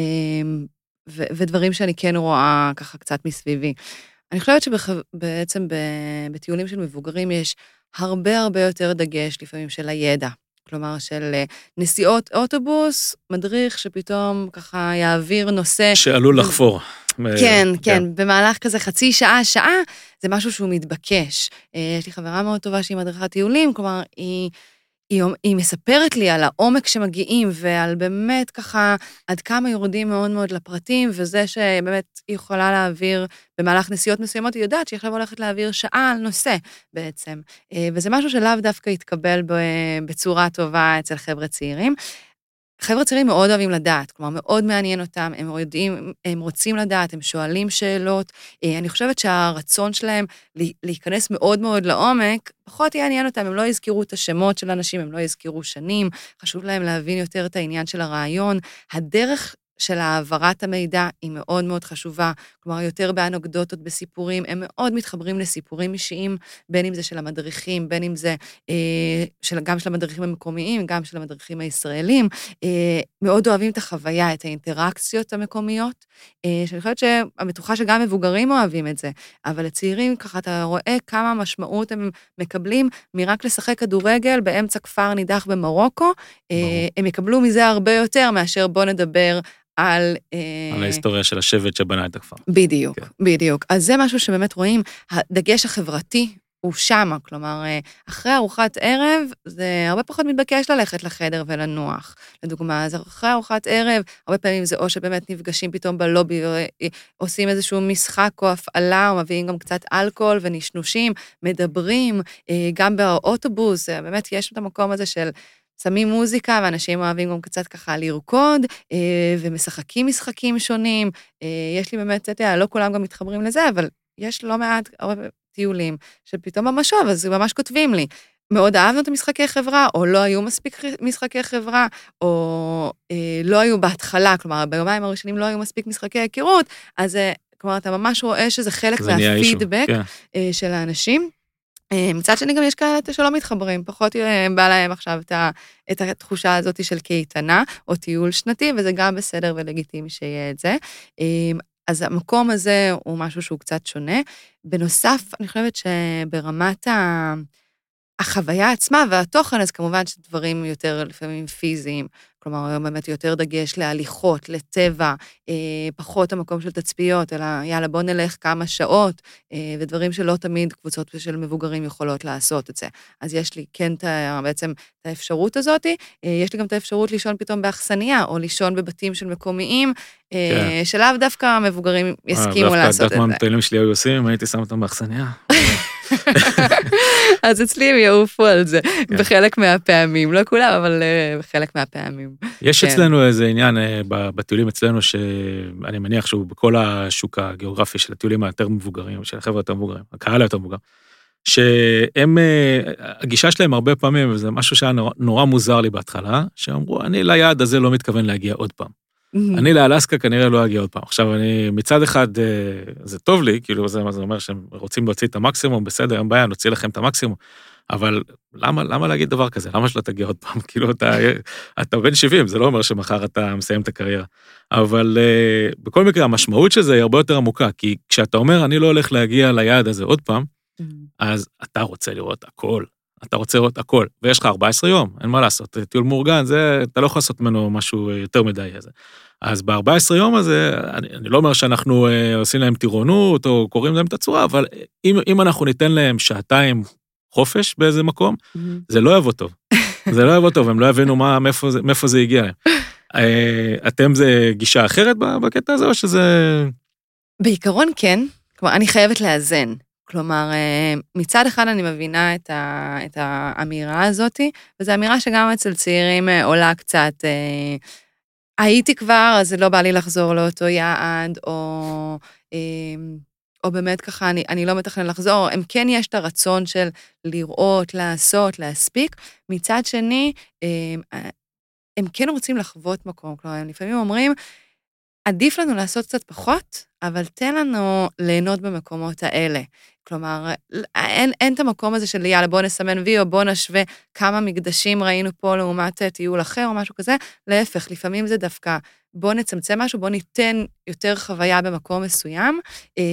ודברים שאני כן רואה ככה קצת מסביבי. אני חושבת שבעצם בטיולים של מבוגרים יש הרבה הרבה יותר דגש לפעמים של הידע. כלומר, של נסיעות אוטובוס, מדריך שפתאום ככה יעביר נושא... שעלול לחפור. כן, כן, במהלך כזה חצי שעה, שעה, זה משהו שהוא מתבקש. יש לי חברה מאוד טובה שהיא מדריכת טיולים, כלומר, היא... היא, היא מספרת לי על העומק שמגיעים, ועל באמת ככה, עד כמה יורדים מאוד מאוד לפרטים, וזה שבאמת היא יכולה להעביר, במהלך נסיעות מסוימות, היא יודעת שהיא עכשיו הולכת להעביר שעה על נושא בעצם. וזה משהו שלאו דווקא יתקבל בצורה טובה אצל חבר'ה צעירים. חבר'ה צעירים מאוד אוהבים לדעת, כלומר, מאוד מעניין אותם, הם יודעים, הם רוצים לדעת, הם שואלים שאלות, אני חושבת שהרצון שלהם להיכנס מאוד מאוד לעומק, פחות יעניין אותם, הם לא יזכרו את השמות של אנשים, הם לא יזכרו שנים, חשוב להם להבין יותר את העניין של הרעיון, הדרך של העברת המידע היא מאוד מאוד חשובה, כלומר, יותר באנקדוטות, בסיפורים, הם מאוד מתחברים לסיפורים אישיים, בין אם זה של המדריכים, בין אם זה אה, של, גם של המדריכים המקומיים, גם של המדריכים הישראלים, אה, מאוד אוהבים את החוויה, את האינטראקציות המקומיות, אה, שאני חושבת שהבטוחה שגם מבוגרים אוהבים את זה, אבל הצעירים, ככה אתה רואה כמה משמעות הם מקבלים, מרק לשחק כדורגל באמצע כפר נידח במרוקו, אה, הם יקבלו מזה הרבה יותר, מאשר בוא נדבר על... על ההיסטוריה של השבט שבנה את הכפר. בדיוק, בדיוק. אז זה משהו שבאמת רואים, הדגש החברתי הוא שמה, כלומר, אחרי ארוחת ערב, זה הרבה פחות מתבקש ללכת לחדר ולנוח. לדוגמה, אז אחרי ארוחת ערב, הרבה פעמים זה או שבאמת נפגשים פתאום בלובי, עושים איזשהו משחק או הפעלה, או מביאים גם קצת אלכוהול ונשנושים, מדברים, גם באוטובוס, באמת יש את המקום הזה של... שמים מוזיקה, ואנשים אוהבים גם קצת ככה לרקוד, ומשחקים משחקים שונים. יש לי באמת, לא כולם גם מתחברים לזה, אבל יש לא מעט טיולים, שפתאום ממש אוהב, אז ממש כותבים לי, מאוד אהבנו את המשחקי חברה, או לא היו מספיק משחקי חברה, או לא היו בהתחלה, כלומר, ביומיים הראשונים לא היו מספיק משחקי היכרות, אז כלומר, אתה ממש רואה שזה חלק מהפידבק של האנשים, מצד שני גם יש כאלה שלא מתחברים, פחות בא להם עכשיו את התחושה הזאת של קייטנה, או טיול שנתי, וזה גם בסדר ולגיטימי שיהיה את זה. אז המקום הזה הוא משהו שהוא קצת שונה. בנוסף, אני חושבת שברמת ה... החוויה עצמה והתוכן, אז כמובן שדברים יותר לפעמים פיזיים, כלומר, היום באמת יותר דגש להליכות, לטבע, אה, פחות המקום של תצפיות, אלא יאללה, בוא נלך כמה שעות, אה, ודברים שלא תמיד קבוצות של מבוגרים יכולות לעשות את זה. אז יש לי כן ת, בעצם את האפשרות הזאת, אה, יש לי גם את האפשרות לישון פתאום באכסניה, או לישון בבתים של מקומיים, אה, כן. שלאו דווקא המבוגרים יסכימו לעשות את זה. דווקא דעת מה מטיילים שלי היו עושים, הייתי שם אותם באכסניה. אז אצלי הם יעופו על זה, בחלק מהפעמים, לא כולם, אבל בחלק מהפעמים. יש אצלנו איזה עניין בטיולים אצלנו, שאני מניח שהוא בכל השוק הגיאוגרפי של הטיולים היותר מבוגרים, של החבר'ה יותר מבוגרים, הקהל היותר מבוגר, שהם, הגישה שלהם הרבה פעמים, וזה משהו שהיה נורא מוזר לי בהתחלה, שאמרו, אני ליעד הזה לא מתכוון להגיע עוד פעם. אני לאלסקה כנראה לא אגיע עוד פעם. עכשיו, אני מצד אחד, זה טוב לי, כאילו זה, זה אומר שהם רוצים להוציא את המקסימום, בסדר, אין בעיה, נוציא לכם את המקסימום, אבל למה, למה להגיד דבר כזה? למה שלא תגיע עוד פעם? כאילו, אתה, אתה בן שבעים, זה לא אומר שמחר אתה מסיים את הקריירה. אבל בכל מקרה, המשמעות של זה היא הרבה יותר עמוקה, כי כשאתה אומר, אני לא הולך להגיע ליעד הזה עוד פעם, אז אתה רוצה לראות הכל. אתה רוצה לראות הכל, ויש לך ארבעה עשר יום, אין מה לעשות, טיול מאורגן, זה, אתה לא יכול לעשות ממנו משהו יותר מדי הזה. אז ב-ארבעה עשר יום הזה, אני, אני לא אומר שאנחנו אה, עושים להם טירונות, או קוראים להם את הצורה, אבל אם, אם אנחנו ניתן להם שעתיים חופש באיזה מקום, mm-hmm. זה לא יבוא טוב. זה לא יבוא טוב, הם לא יבינו מה, מאיפה זה, מאיפה זה הגיע להם. אה, אתם זה גישה אחרת בקטע הזה, או שזה... בעיקרון כן, כלומר, אני חייבת לאזן. כלומר, מצד אחד אני מבינה את, ה, את האמירה הזאת, וזו אמירה שגם אצל צעירים עולה קצת, הייתי כבר, אז לא בא לי לחזור לאותו יעד, או, או באמת ככה, אני, אני לא מתכנן לחזור, הם כן יש את הרצון של לראות, לעשות, להספיק, מצד שני, הם כן רוצים לחוות מקום, כלומר, הם לפעמים אומרים, עדיף לנו לעשות קצת פחות, אבל תן לנו ליהנות במקומות האלה. כלומר, אין, אין את המקום הזה של יאללה, בוא נסמן וי, או בוא נשווה כמה מקדשים ראינו פה לעומת טיול אחר, או משהו כזה. להפך, לפעמים זה דווקא, בוא נצמצם משהו, בוא ניתן יותר חוויה במקום מסוים, אה,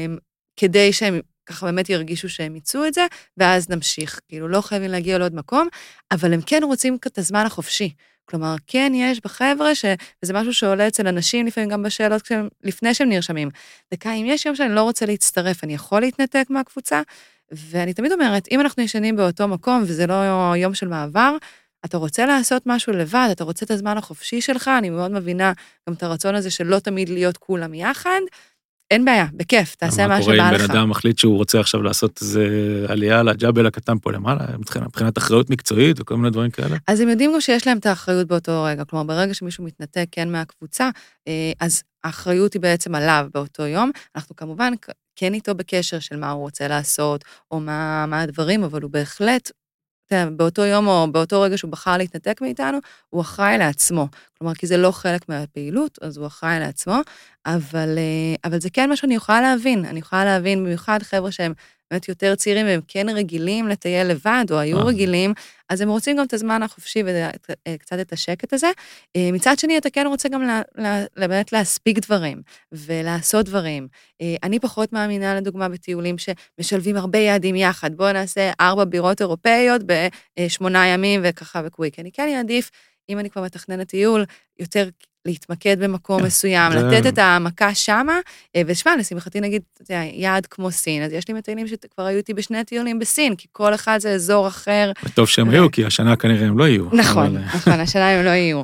כדי שהם ככה באמת ירגישו שהם ייצאו את זה, ואז נמשיך. כאילו, לא חייבים להגיע לעוד מקום, אבל הם כן רוצים את הזמן החופשי. כלומר, כן יש בחבר'ה, ש... וזה משהו שעולה אצל אנשים, לפעמים גם בשאלות, כשהם... לפני שהם נרשמים. דקה, אם יש יום שאני לא רוצה להצטרף, אני יכול להתנתק מהקבוצה, ואני תמיד אומרת, אם אנחנו ישנים באותו מקום, וזה לא יום של מעבר, אתה רוצה לעשות משהו לבד, אתה רוצה את הזמן החופשי שלך, אני מאוד מבינה גם את הרצון הזה של לא תמיד להיות כולם יחד, אין בעיה, בכיף, תעשה מה שבא לך. מה קורה אם בן אדם מחליט שהוא רוצה עכשיו לעשות איזה עלייה לג'אבל הקטן פה למעלה, מבחינת אחריות מקצועית וכל מיני דברים כאלה? אז הם יודעים גם שיש להם את האחריות באותו רגע, כלומר, ברגע שמישהו מתנתק כן מהקבוצה, אז האחריות היא בעצם עליו באותו יום, אנחנו כמובן כן איתו בקשר של מה הוא רוצה לעשות, או מה, מה הדברים, אבל הוא בהחלט, באותו יום או באותו רגע שהוא בחר להתנתק מאיתנו, הוא אחראי לעצמו. כלומר, כי זה לא חלק מהפעילות, אז הוא אחראי לעצמו, אבל, אבל זה כן מה שאני יכולה להבין. אני יכולה להבין במיוחד חבר'ה שהם באמת יותר צעירים, והם כן רגילים לטייל לבד, או היו רגילים, אז הם רוצים גם את הזמן החופשי וקצת את השקט הזה. מצד שני, אתה כן רוצה גם באמת להספיק דברים, ולעשות דברים. אני פחות מאמינה, לדוגמה, בטיולים שמשלבים הרבה יעדים יחד. בואו נעשה ארבע בירות אירופאיות בשמונה ימים וככה וקוויק. אני כן אעדיף, אם אני כבר מתכננת טיול, יותר להתמקד במקום מסוים, לתת את העמקה שמה, ושמע, לשמחתי נגיד, יעד כמו סין, אז יש לי מטיילים שכבר היו איתי בשני טיולים בסין, כי כל אחד זה אזור אחר. טוב שהם היו, כי השנה כנראה הם לא יהיו. נכון, נכון, השנה הם לא יהיו.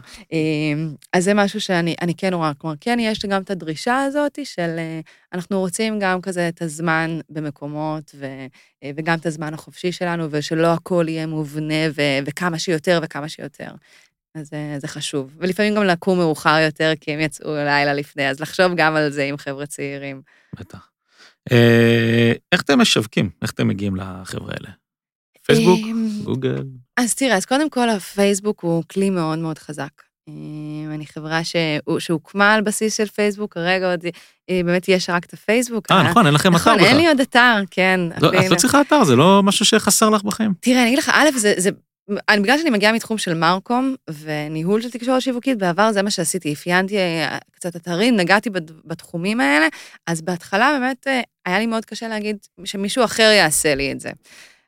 אז זה משהו שאני כן רואה, כלומר, כן יש גם את הדרישה הזאת של, אנחנו רוצים גם כזה את הזמן במקומות, וגם את הזמן החופשי שלנו, ושלא הכל יהיה מובנה, וכמה שיותר וכמה שיותר. אז זה חשוב. ולפעמים גם לקום מאוחר יותר, כי הם יצאו לילה לפני, אז לחשוב גם על זה עם חבר'ה צעירים. בטח. איך אתם משווקים? איך אתם מגיעים לחבר'ה האלה? פייסבוק? גוגל? אז תראה, אז קודם כל, הפייסבוק הוא כלי מאוד מאוד חזק. אני חברה שהוקמה על בסיס של פייסבוק, כרגע עוד באמת יש רק את הפייסבוק. אה, נכון, אין לכם אתר בכלל. אין לי עוד אתר, כן. את לא צריכה אתר, זה לא משהו שחסר לך בחיים. תראה, אני אגיד לך, א', זה... אני, בגלל שאני מגיעה מתחום של מרקום וניהול של תקשורת שיווקית, בעבר זה מה שעשיתי, אפיינתי קצת אתרים, נגעתי בתחומים האלה, אז בהתחלה באמת היה לי מאוד קשה להגיד שמישהו אחר יעשה לי את זה.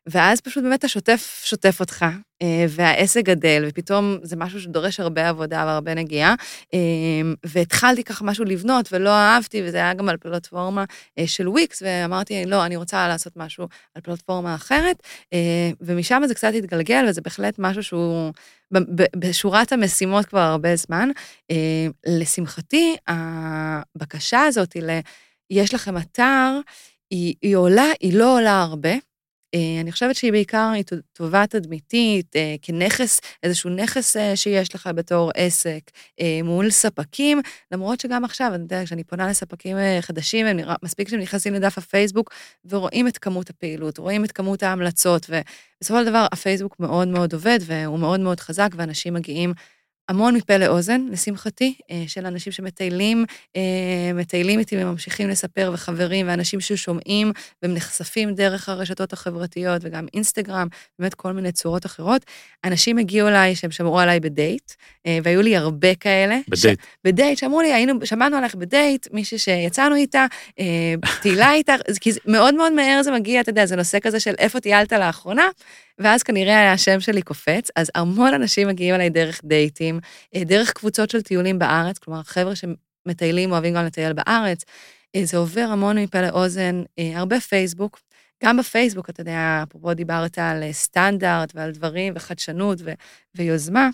ואז פשוט באמת השוטף שוטף אותך, והעסק גדל, ופתאום זה משהו שדורש הרבה עבודה והרבה נגיעה, והתחלתי ככה משהו לבנות, ולא אהבתי, וזה היה גם על פלטפורמה של וויקס, ואמרתי, לא, אני רוצה לעשות משהו על פלטפורמה אחרת, ומשם זה קצת התגלגל, וזה בהחלט משהו שהוא בשורת המשימות כבר הרבה זמן. לשמחתי, הבקשה הזאת, יש לכם אתר, היא, היא עולה, היא לא עולה הרבה, אני חושבת שהיא בעיקר היא טובה תדמיתית, כנכס, איזשהו נכס שיש לך בתור עסק, מול ספקים, למרות שגם עכשיו, אני יודע, כשאני פונה לספקים חדשים, מספיק שהם נכנסים לדף הפייסבוק, ורואים את כמות הפעילות, רואים את כמות ההמלצות, ובסופו של דבר הפייסבוק מאוד מאוד עובד, והוא מאוד מאוד חזק, ואנשים מגיעים המון מפה לאוזן, לשמחתי, של אנשים שמטיילים, מטיילים איתי וממשיכים לספר, וחברים ואנשים ששומעים, והם נחשפים דרך הרשתות החברתיות, וגם אינסטגרם, באמת כל מיני צורות אחרות. אנשים הגיעו אליי, שהם שמעו עליי בדייט, והיו לי הרבה כאלה. בדייט. ש... בדייט, שאמרו לי, היינו, שמענו עליך בדייט, מישהי שיצאנו איתה, תהילה איתה, כי מאוד מאוד מהר זה מגיע, אתה יודע, זה נושא כזה של איפה טיילת לאחרונה, ואז כנראה השם שלי קופץ, אז המון אנשים מגיעים אליי דרך דייטים, דרך קבוצות של טיולים בארץ, כלומר, חבר'ה שמטיילים אוהבים גם לטייל בארץ, זה עובר המון מפה לאוזן, הרבה פייסבוק, גם בפייסבוק, אתה יודע, אפרופו דיברת על סטנדרט ועל דברים וחדשנות ו- ויוזמה,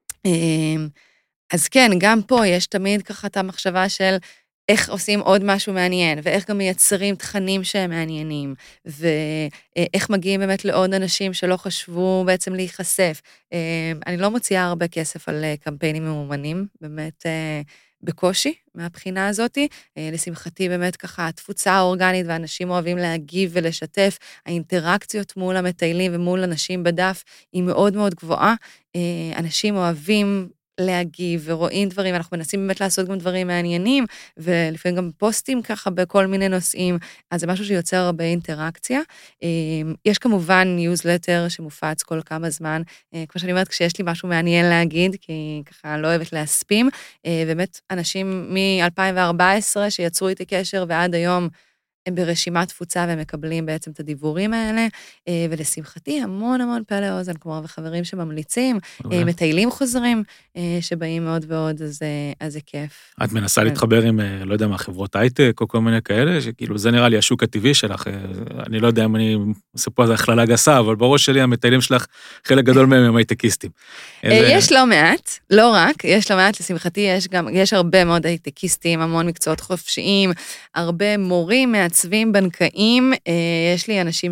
אז כן, גם פה יש תמיד ככה את המחשבה של איך עושים עוד משהו מעניין, ואיך גם מייצרים תכנים שהם מעניינים, ואיך מגיעים באמת לעוד אנשים שלא חשבו בעצם להיחשף. אני לא מוציאה הרבה כסף על קמפיינים ממומנים, באמת בקושי מהבחינה הזאת. לשמחתי באמת ככה התפוצה האורגנית, ואנשים אוהבים להגיב ולשתף, האינטראקציות מול המטיילים ומול אנשים בדף היא מאוד מאוד גבוהה. אנשים אוהבים להגיב ורואים דברים, אנחנו מנסים באמת לעשות גם דברים מעניינים, ולפעמים גם פוסטים ככה בכל מיני נושאים, אז זה משהו שיוצר הרבה אינטראקציה. יש כמובן ניוזלטר שמופץ כל כמה זמן, כמו שאני אומרת, כשיש לי משהו מעניין להגיד, כי ככה לא אוהבת להספים, באמת אנשים מ-אלפיים וארבע עשרה שיצרו איתי קשר ועד היום, הם ברשימת תפוצה והם מקבלים בעצם את הדיבורים האלה, ולשמחתי המון המון פה לאוזן, כלומר, וחברים שממליצים, מטיילים חוזרים, שבאים מאוד ועוד, אז, אז זה כיף. את מנסה להתחבר עם, לא יודע מה, חברות הייטק או כל מיני כאלה, שכאילו זה נראה לי השוק הטבעי שלך, אני לא יודע אם אני עושה פה איזו הכללה גסה, אבל בראש שלי המטיילים שלך, חלק גדול מהם הם הייטקיסטים. יש לא מעט, לא רק, יש לא מעט, לשמחתי יש גם, יש הרבה מאוד הייטקיסטים, המון מקצועות חופשיים, הרבה מורים מעצבים בנקאים, יש לי אנשים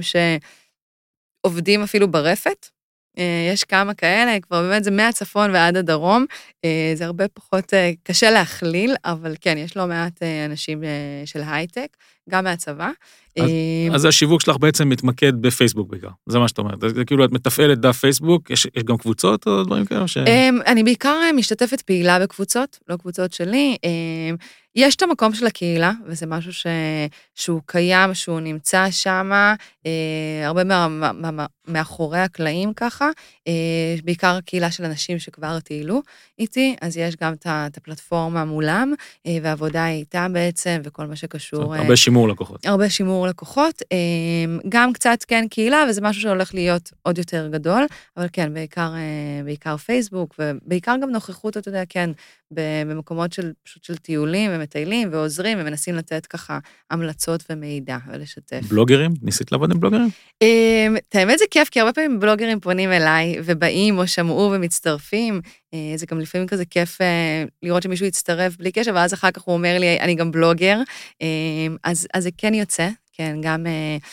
שעובדים אפילו ברפת, יש כמה כאלה, כבר באמת זה מהצפון ועד הדרום, זה הרבה פחות קשה להכליל, אבל כן, יש לא מעט אנשים של הייטק, גם מהצבא. אז, אז השיווק שלך בעצם מתמקד בפייסבוק בעיקר, זה מה שאת אומרת, זה כאילו את מתפעלת דף פייסבוק, יש, יש גם קבוצות או דברים כאלה? ש... אני בעיקר משתתפת פעילה בקבוצות, לא קבוצות שלי, יש את המקום של הקהילה, וזה משהו ש... שהוא קיים, שהוא נמצא שם, הרבה מה... מה... מה... מאחורי הקלעים ככה, בעיקר הקהילה של אנשים שכבר טיילו איתי, אז יש גם את הפלטפורמה מולם, ועבודה איתה בעצם, וכל מה שקשור... הרבה שימור לקוחות. הרבה שימור לקוחות, גם קצת כן קהילה, וזה משהו שהולך להיות עוד יותר גדול, אבל כן, בעיקר, בעיקר פייסבוק, ובעיקר גם נוכחות, אתה יודע, כן, במקומות של, פשוט של טיולים ומטיילים ועוזרים, ומנסים לתת ככה המלצות ומידע ולשתף. בלוגרים? ניסית לעבוד עם בלוגרים? את האמת זה כיף, כי הרבה פעמים בלוגרים פונים אליי, ובאים או שמעו ומצטרפים, זה גם לפעמים כזה כיף לראות שמישהו יצטרף בלי קשר, ואז אחר כך הוא אומר לי, אני גם בלוגר, אז, אז זה כן יוצא. כן, גם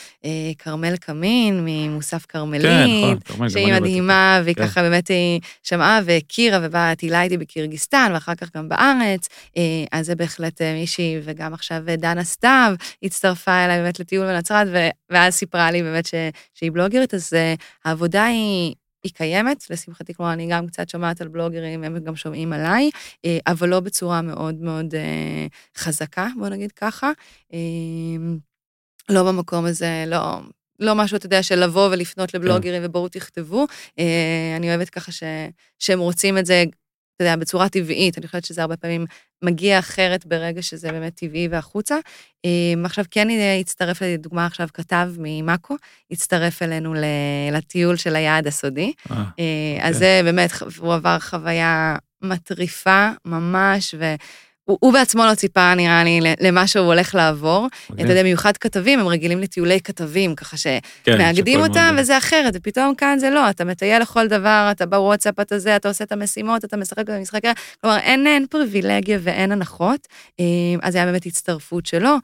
קרמל קמין, ממוסף קרמלית, שהיא מדהימה, והיא ככה באמת היא שמעה והכירה, ובאה טילה איתי בקירגיסטן, ואחר כך גם בארץ, אז זה בהחלט מישהי, וגם עכשיו דנה סתיו, הצטרפה אליי באמת לטיול בנצרת, ואז סיפרה לי באמת שהיא בלוגרית, אז העבודה היא... היא קיימת, לשמחתי, כלומר, אני גם קצת שומעת על בלוגרים, הם גם שומעים עליי, אבל לא בצורה מאוד מאוד חזקה, בוא נגיד ככה. לא במקום הזה, לא, לא משהו, אתה יודע, של לבוא ולפנות לבלוגרים, ובואו תכתבו. אני אוהבת ככה ש, שהם רוצים את זה אתה יודע, בצורה טבעית, אני חושבת שזה הרבה פעמים מגיע אחרת ברגע שזה באמת טבעי והחוצה. עכשיו כן הצטרף לדוגמה עכשיו כתב ממאקו, הצטרף אלינו לטיול של היעד הסודי. אז זה באמת, הוא עבר חוויה מטריפה ממש, ו... הוא, הוא בעצמו לא ציפה, נראה לי, למה שהוא הולך לעבור. אתה יודע, מיוחד כתבים, הם רגילים לטיולי כתבים, ככה שמאגדים כן, אותם, וזה אחרת, ופתאום כאן זה לא, אתה מטייל לכל דבר, אתה בוואטסאפ, אתה זה, אתה עושה את המשימות, אתה משחק במשחק, כלומר, אין, אין פריבילגיה ואין הנחות, אז זה היה באמת הצטרפות שלו,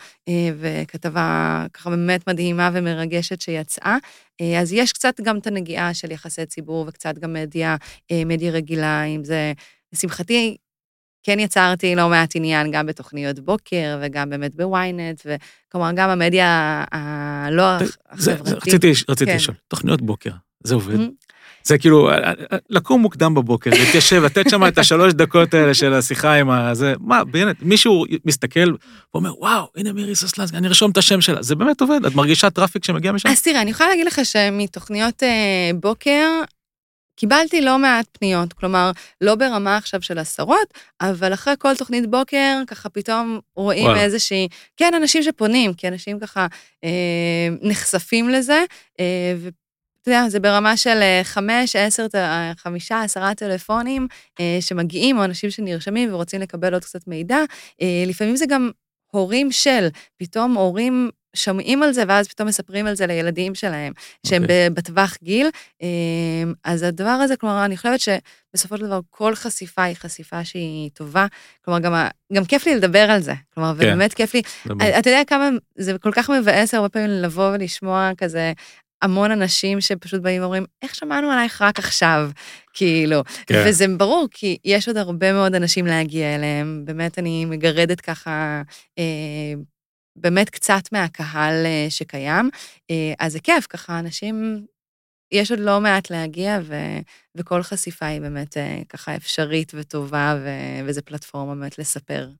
וכתבה ככה באמת מדהימה ומרגשת שיצאה, אז יש קצת גם את הנגיעה של יחסי ציבור, וקצת גם מדיה, מדיה רגילה, אם זה, לשמחתי, כן יצרתי לא מעט עניין, גם בתוכניות בוקר, וגם באמת בוויינט, וכלומר, גם המדיה הלא החברתית. רציתי לשאול, תוכניות בוקר, זה עובד? זה כאילו, לקום מוקדם בבוקר, להתיישב, לתת שם את השלוש דקות האלה של השיחה עם הזה, מה, באמת, מישהו מסתכל ואומר, וואו, הנה מירי סוסלנסקי, אני ארשום את השם שלה, זה באמת עובד, את מרגישה טראפיק שמגיע משם? אז תראה, אני יכולה להגיד לך שמתוכניות בוקר, קיבלתי לא מעט פניות, כלומר, לא ברמה עכשיו של עשרות, אבל אחרי כל תוכנית בוקר, ככה פתאום רואים וואו. איזושהי, כן, אנשים שפונים, כי אנשים ככה אה, נחשפים לזה, אה, ואתה יודע, זה ברמה של חמש, עשר, חמישה, עשרה טלפונים, אה, שמגיעים, או אנשים שנרשמים ורוצים לקבל עוד קצת מידע, אה, לפעמים זה גם הורים של, פתאום הורים, שומעים על זה, ואז פתאום מספרים על זה לילדים שלהם, שהם okay. בטווח גיל, אז הדבר הזה, כלומר, אני חושבת שבסופו של דבר, כל חשיפה היא חשיפה שהיא טובה, כלומר, גם, גם כיף לי לדבר על זה, כלומר, okay. ובאמת כיף לי, אתה יודע כמה, זה כל כך מבאס הרבה פעמים לבוא ולשמוע כזה, המון אנשים שפשוט באים ואומרים, איך שמענו עלייך רק עכשיו, כאילו, okay. וזה ברור, כי יש עוד הרבה מאוד אנשים להגיע אליהם, באמת אני מגרדת ככה, אה, באמת קצת מהקהל שקיים, אז זה כיף, ככה אנשים, יש עוד לא מעט להגיע, ו, וכל חשיפה היא באמת ככה אפשרית וטובה, ו, וזה פלטפורמה באמת לספר.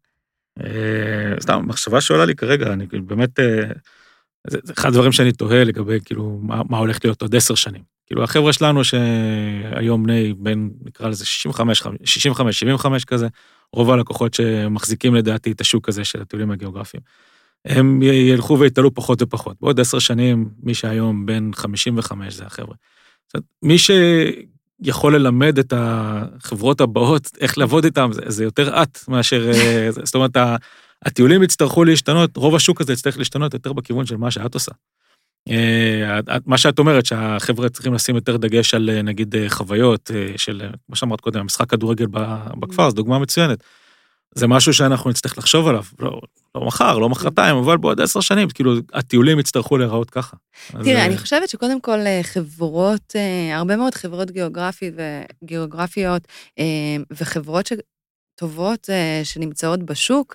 סתם, מחשבה שעולה לי כרגע, אני באמת, זה אחד הדברים שאני תוהה לגבי, כאילו, מה, מה הולך להיות עוד עשר שנים. כאילו, החבר'ה שלנו שהיום בני, בין, נקרא לזה, שישים וחמש, שבעים וחמש כזה, רוב הלקוחות שמחזיקים לדעתי את השוק הזה של הטיולים הגיאוגרפיים. הם ילכו ויתעלו פחות ופחות. בעוד עשר שנים, מי שהיום בין חמישים וחמש זה החבר'ה. מי שיכול ללמד את החברות הבאות, איך לעבוד איתם, זה, זה יותר את מאשר, זאת אומרת, הטיולים יצטרכו להשתנות, רוב השוק הזה יצטרך להשתנות יותר בכיוון של מה שאת עושה. מה שאת אומרת, שהחבר'ה צריכים לשים יותר דגש על, נגיד, חוויות של, מה שאמרת קודם, המשחק כדורגל בכפר, זו דוגמה מצוינת. זה משהו שאנחנו נצטרך לחשוב עליו, לא, לא מחר, לא מחרתיים, אבל בעוד עשר שנים, כאילו, הטיולים יצטרכו להיראות ככה. תראה, אני חושבת שקודם כל חברות, הרבה מאוד חברות גיאוגרפיות וגיאוגרפיות, וחברות טובות שנמצאות בשוק,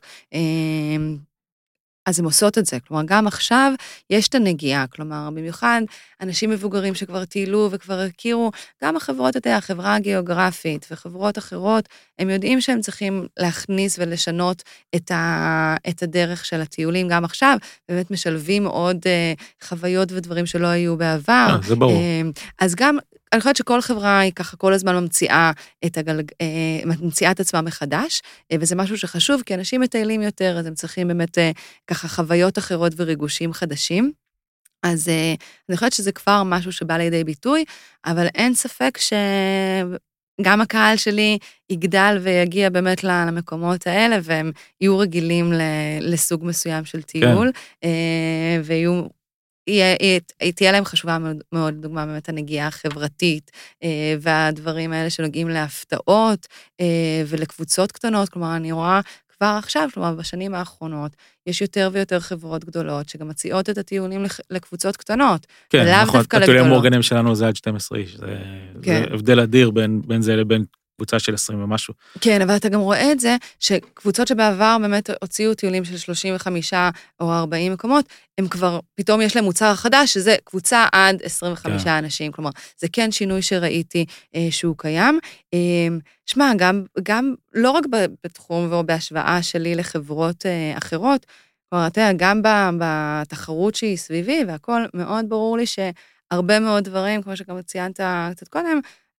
אז הן עושות את זה, כלומר, גם עכשיו יש את הנגיעה, כלומר, במיוחד אנשים מבוגרים שכבר טיילו וכבר הכירו, גם החברות, אתה יודע, החברה הגיאוגרפית וחברות אחרות, הם יודעים שהם צריכים להכניס ולשנות את, ה, את הדרך של הטיולים גם עכשיו, באמת משלבים עוד uh, חוויות ודברים שלא היו בעבר. אה, זה ברור. Uh, אז גם, אני חושבת שכל חברה היא ככה כל הזמן ממציאה את, הגלג... uh, ממציאה את עצמה מחדש, uh, וזה משהו שחשוב, כי אנשים מטיילים יותר, אז הם צריכים באמת uh, ככה חוויות אחרות וריגושים חדשים. אז uh, אני חושבת שזה כבר משהו שבא לידי ביטוי, אבל אין ספק שגם הקהל שלי יגדל ויגיע באמת למקומות האלה, והם יהיו רגילים לסוג מסוים של טיול, כן. uh, ויהיו... תהיה להם חשובה מאוד, מאוד, דוגמה באמת הנגיעה החברתית, והדברים האלה שנוגעים להפתעות, ולקבוצות קטנות, כלומר, אני רואה כבר עכשיו, כלומר, בשנים האחרונות, יש יותר ויותר חברות גדולות, שגם מציעות את הטיולים לקבוצות קטנות. כן, נכון, הטיולים המאורגנים שלנו זה עד שתים עשרה איש, זה, כן. זה הבדל אדיר בין, בין זה לבין קבוצה של עשרים ומשהו. כן, אבל אתה גם רואה את זה, שקבוצות שבעבר באמת הוציאו טיולים של שלושים וחמישה או ארבעים מקומות, הם כבר, פתאום יש להם מוצר חדש, שזה קבוצה עד עשרים וחמישה כן. אנשים, כלומר, זה כן שינוי שראיתי אה, שהוא קיים. אה, שמה, גם, גם לא רק בתחום או בהשוואה שלי לחברות אה, אחרות, כלומר, אתה יודע, גם בתחרות שהיא סביבי, והכל מאוד ברור לי שהרבה מאוד דברים, כמו שגם ציינת קצת קודם,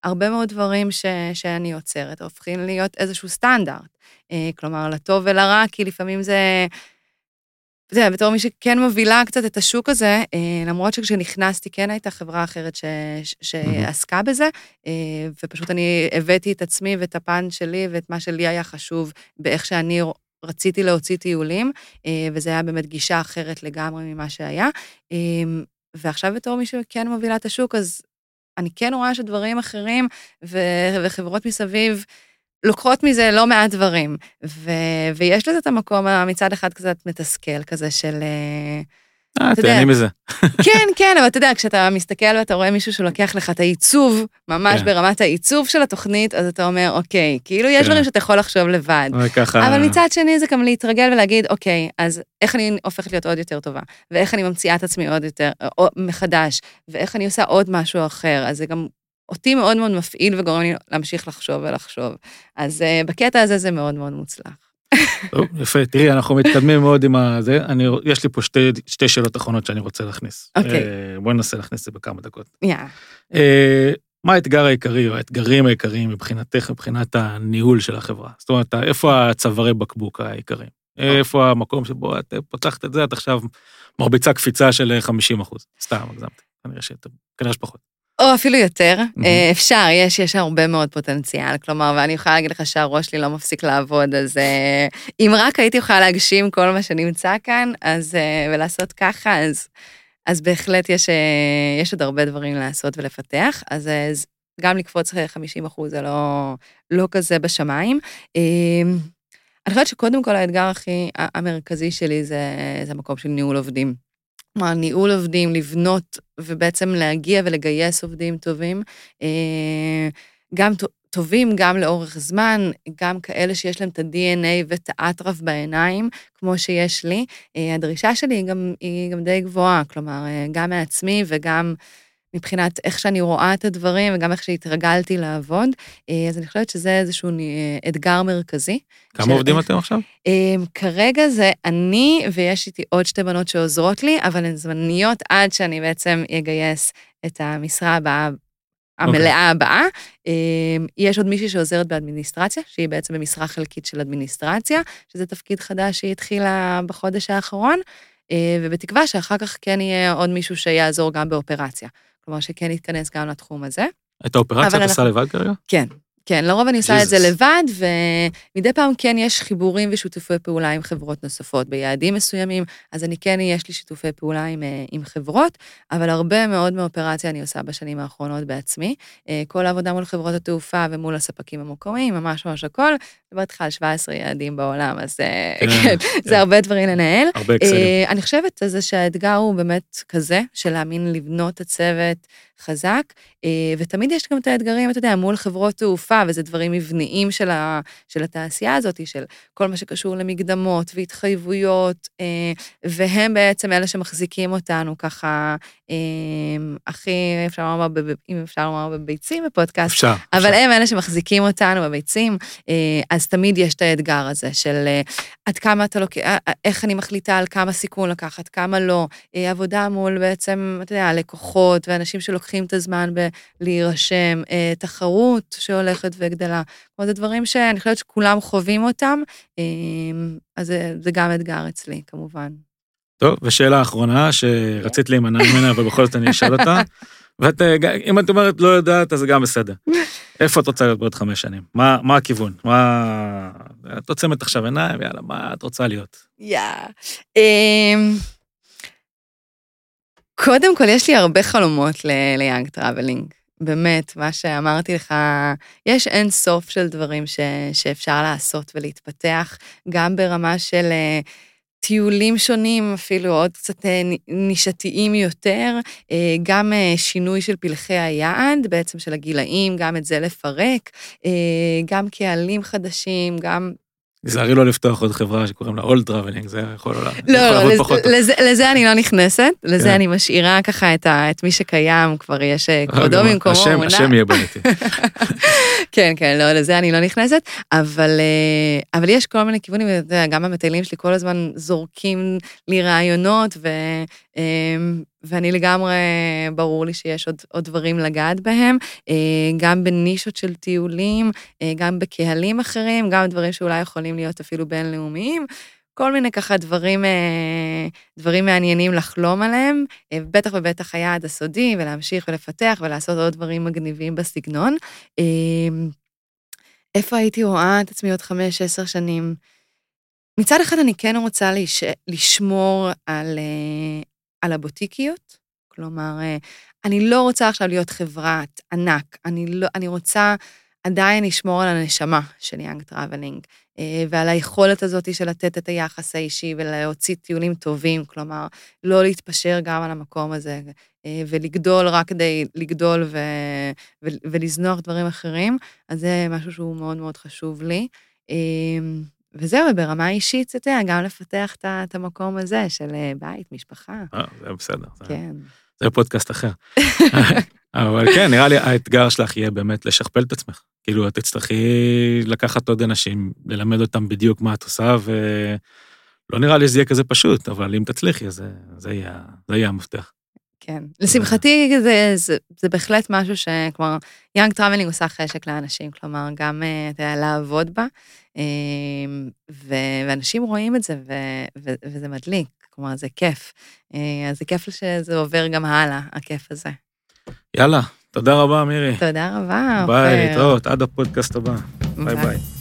הרבה מאוד דברים ש, שאני יוצרת, הופכים להיות איזשהו סטנדרט. כלומר, לטוב ולרע, כי לפעמים זה... אתה יודע, בתור מי שכן מובילה קצת את השוק הזה, למרות שכשנכנסתי כן הייתה חברה אחרת ש, שעסקה בזה, ופשוט אני הבאתי את עצמי ואת הפן שלי ואת מה שלי היה חשוב באיך שאני רציתי להוציא טיולים, וזה היה באמת גישה אחרת לגמרי ממה שהיה. ועכשיו בתור מי שכן מובילה את השוק, אז אני כן רואה שדברים אחרים וחברות מסביב, לוקחות מזה לא מעט דברים, ו... ויש לזה את המקום מצד אחד קצת מתסכל כזה של... אה, תהני מזה. כן, כן, אבל אתה יודע, כשאתה מסתכל ואתה רואה מישהו שלוקח לך את העיצוב, ממש כן. ברמת העיצוב של התוכנית, אז אתה אומר, אוקיי, כאילו יש כן. דברים שאתה יכול לחשוב לבד. וככה... אבל מצד שני זה גם להתרגל ולהגיד, אוקיי, אז איך אני הופכת להיות עוד יותר טובה, ואיך אני ממציאה את עצמי עוד יותר או, מחדש, ואיך אני עושה עוד משהו אחר, אז זה גם... אותי מאוד מאוד מפעיל וגורם לי להמשיך לחשוב ולחשוב. אז uh, בקטע הזה זה מאוד מאוד מוצלח. טוב, יפה. תראי, אנחנו מתקדמים מאוד עם הזה. אני, יש לי פה שתי, שתי שאלות אחרונות שאני רוצה להכניס. אוקיי. Uh, בואי ננסה להכניס את זה בכמה דקות. יאה. Uh, מה האתגר העיקרי או האתגרים העיקריים מבחינתך, מבחינת הניהול של החברה? זאת אומרת, איפה הצווארי בקבוק העיקריים? איפה המקום שבו את פותחת את זה, את עכשיו מרביצה קפיצה של חמישים אחוז. סתם, הגזמתי. כנראה שאתה, כנראה שפחות. או אפילו יותר, אפשר, יש, יש הרבה מאוד פוטנציאל, כלומר, ואני יכולה להגיד לך שהראש שלי לא מפסיק לעבוד, אז אם רק הייתי יכולה להגשים כל מה שנמצא כאן, אז, ולעשות ככה, אז, אז בהחלט יש, יש עוד הרבה דברים לעשות ולפתח, אז גם לקפוץ חמישים אחוז זה לא, לא כזה בשמיים. אני חושבת שקודם כל האתגר הכי המרכזי שלי זה, זה המקום של ניהול עובדים. כלומר, ניהול עובדים, לבנות ובעצם להגיע ולגייס עובדים טובים, גם טובים, גם לאורך זמן, גם כאלה שיש להם את ה-די אן איי ואת האטרף בעיניים, כמו שיש לי. הדרישה שלי היא גם, היא גם די גבוהה, כלומר, גם מעצמי וגם מבחינת איך שאני רואה את הדברים, וגם איך שהתרגלתי לעבוד, אז אני חושבת שזה איזשהו אתגר מרכזי. כמה עובדים אתם עכשיו? כרגע זה אני, ויש איתי עוד שתי בנות שעוזרות לי, אבל הן זמניות עד שאני בעצם אגייס את המשרה הבאה, המלאה הבאה. יש עוד מישהי שעוזרת באדמיניסטרציה, שהיא בעצם במשרה חלקית של אדמיניסטרציה, שזה תפקיד חדש שהיא התחילה בחודש האחרון, ובתקווה שאחר כך כן יהיה עוד מישהו שיעזור גם באופרציה. כלומר, שכן יתכנס גם לתחום הזה. את האופרציה את עושה לבד כרגע? כן, כן, לרוב אני עושה את זה לבד, ומדי פעם כן יש חיבורים ושיתופי פעולה עם חברות נוספות, ביעדים מסוימים, אז אני כן, יש לי שיתופי פעולה עם, עם חברות, אבל הרבה מאוד מאופרציה אני עושה בשנים האחרונות בעצמי. כל העבודה מול חברות התעופה ומול הספקים המקומיים, ממש ממש הכל, דיברתי לך על שבעה עשר יעדים בעולם, אז כן, זה הרבה דברים לנהל. הרבה אקסלים. אני חושבת על זה שהאתגר הוא באמת כזה, של להאמין לבנות הצוות חזק, ותמיד יש גם את האתגרים, אתה יודע, מול חברות תעופה, וזה דברים מבניים של, ה, של התעשייה הזאת, של כל מה שקשור למקדמות והתחייבויות, והם בעצם אלה שמחזיקים אותנו ככה, הכי, אפשר לומר, אם אפשר לומר בביצים בפודקאסט, אפשר, אבל אפשר. הם אלה שמחזיקים אותנו בביצים, אז תמיד יש את האתגר הזה של עד כמה אתה לוקח, איך אני מחליטה על כמה סיכון לקחת, כמה לא, עבודה מול בעצם, אתה יודע, לקוחות ואנשים שלוקחים את הזמן בלהירשם, תחרות שהולכת וגדלה, כמו זה דברים שאני חושבת שכולם חווים אותם, אז זה, זה גם אתגר אצלי, כמובן. טוב, ושאלה האחרונה, שרצית להימנע ממנה, אבל בכל זאת אני אשאל אותה, ואת, אם את אומרת לא יודעת, אז זה גם בסדר. איפה את רוצה להיות בעוד חמש שנים? מה, מה הכיוון? מה... את עוצמת עכשיו עיניים, יאללה, מה את רוצה להיות? יאה. קודם כל, יש לי הרבה חלומות ליאנג טראבלינג. באמת, מה שאמרתי לך, יש אין סוף של דברים ש, שאפשר לעשות ולהתפתח, גם ברמה של טיולים שונים, אפילו עוד קצת נישתיים יותר, גם שינוי של פלחי היעד, בעצם של הגילאים, גם את זה לפרק, גם קהלים חדשים, גם... נזהרי לא לפתוח עוד חברה שקוראים לה אולד טראבלינג, זה יכול לעבוד פחות. לא, לזה אני לא נכנסת, לזה אני משאירה ככה את מי שקיים, כבר יש כבודו במקומו. השם יהיה בלתי. כן, כן, לא, לזה אני לא נכנסת, אבל יש כל מיני כיוונים, גם המטיילים שלי כל הזמן זורקים לי רעיונות, ואני לגמרי, ברור לי שיש עוד, עוד דברים לגעת בהם, גם בנישות של טיולים, גם בקהלים אחרים, גם דברים שאולי יכולים להיות אפילו בינלאומיים, כל מיני ככה דברים, דברים מעניינים לחלום עליהם, בטח ובטח היעד הסודי, ולהמשיך ולפתח ולעשות עוד דברים מגניבים בסגנון. איפה הייתי רואה את עצמי עוד חמש, עשר שנים? מצד אחד אני כן רוצה לש... לשמור על, על הבוטיקיות, כלומר, אני לא רוצה עכשיו להיות חברת ענק, אני, לא, אני רוצה עדיין לשמור על הנשמה של יאנג טראבלינג, ועל היכולת הזאת של לתת את היחס האישי ולהוציא טיולים טובים, כלומר, לא להתפשר גם על המקום הזה, ולגדול רק כדי לגדול ו... ו... ולזנוח דברים אחרים, אז זה משהו שהוא מאוד מאוד חשוב לי. וזהו, ברמה אישית, זה יודע, גם לפתח את המקום הזה של בית, משפחה. אה, זה בסדר. כן. זה פודקאסט אחר. אבל כן, נראה לי, האתגר שלך יהיה באמת לשכפל את עצמך. כאילו, את תצטרכי לקחת עוד אנשים, ללמד אותם בדיוק מה את עושה, ולא נראה לי שזה יהיה כזה פשוט, אבל אם תצליחי, זה, זה יהיה, זה יהיה המפתח. כן. לשמחתי, זה, זה, זה בהחלט משהו שכלומר, יאנג טראבלינג עושה חשק לאנשים, כלומר, גם אתה יודע, לעבוד בה, ו, ואנשים רואים את זה, ו, ו, וזה מדליק, כלומר, זה כיף. אז זה כיף שזה עובר גם הלאה, הכיף הזה. יאללה, תודה רבה, מירי. תודה רבה. ביי, להתראות, עד הפודקאסט הבא. ביי ביי.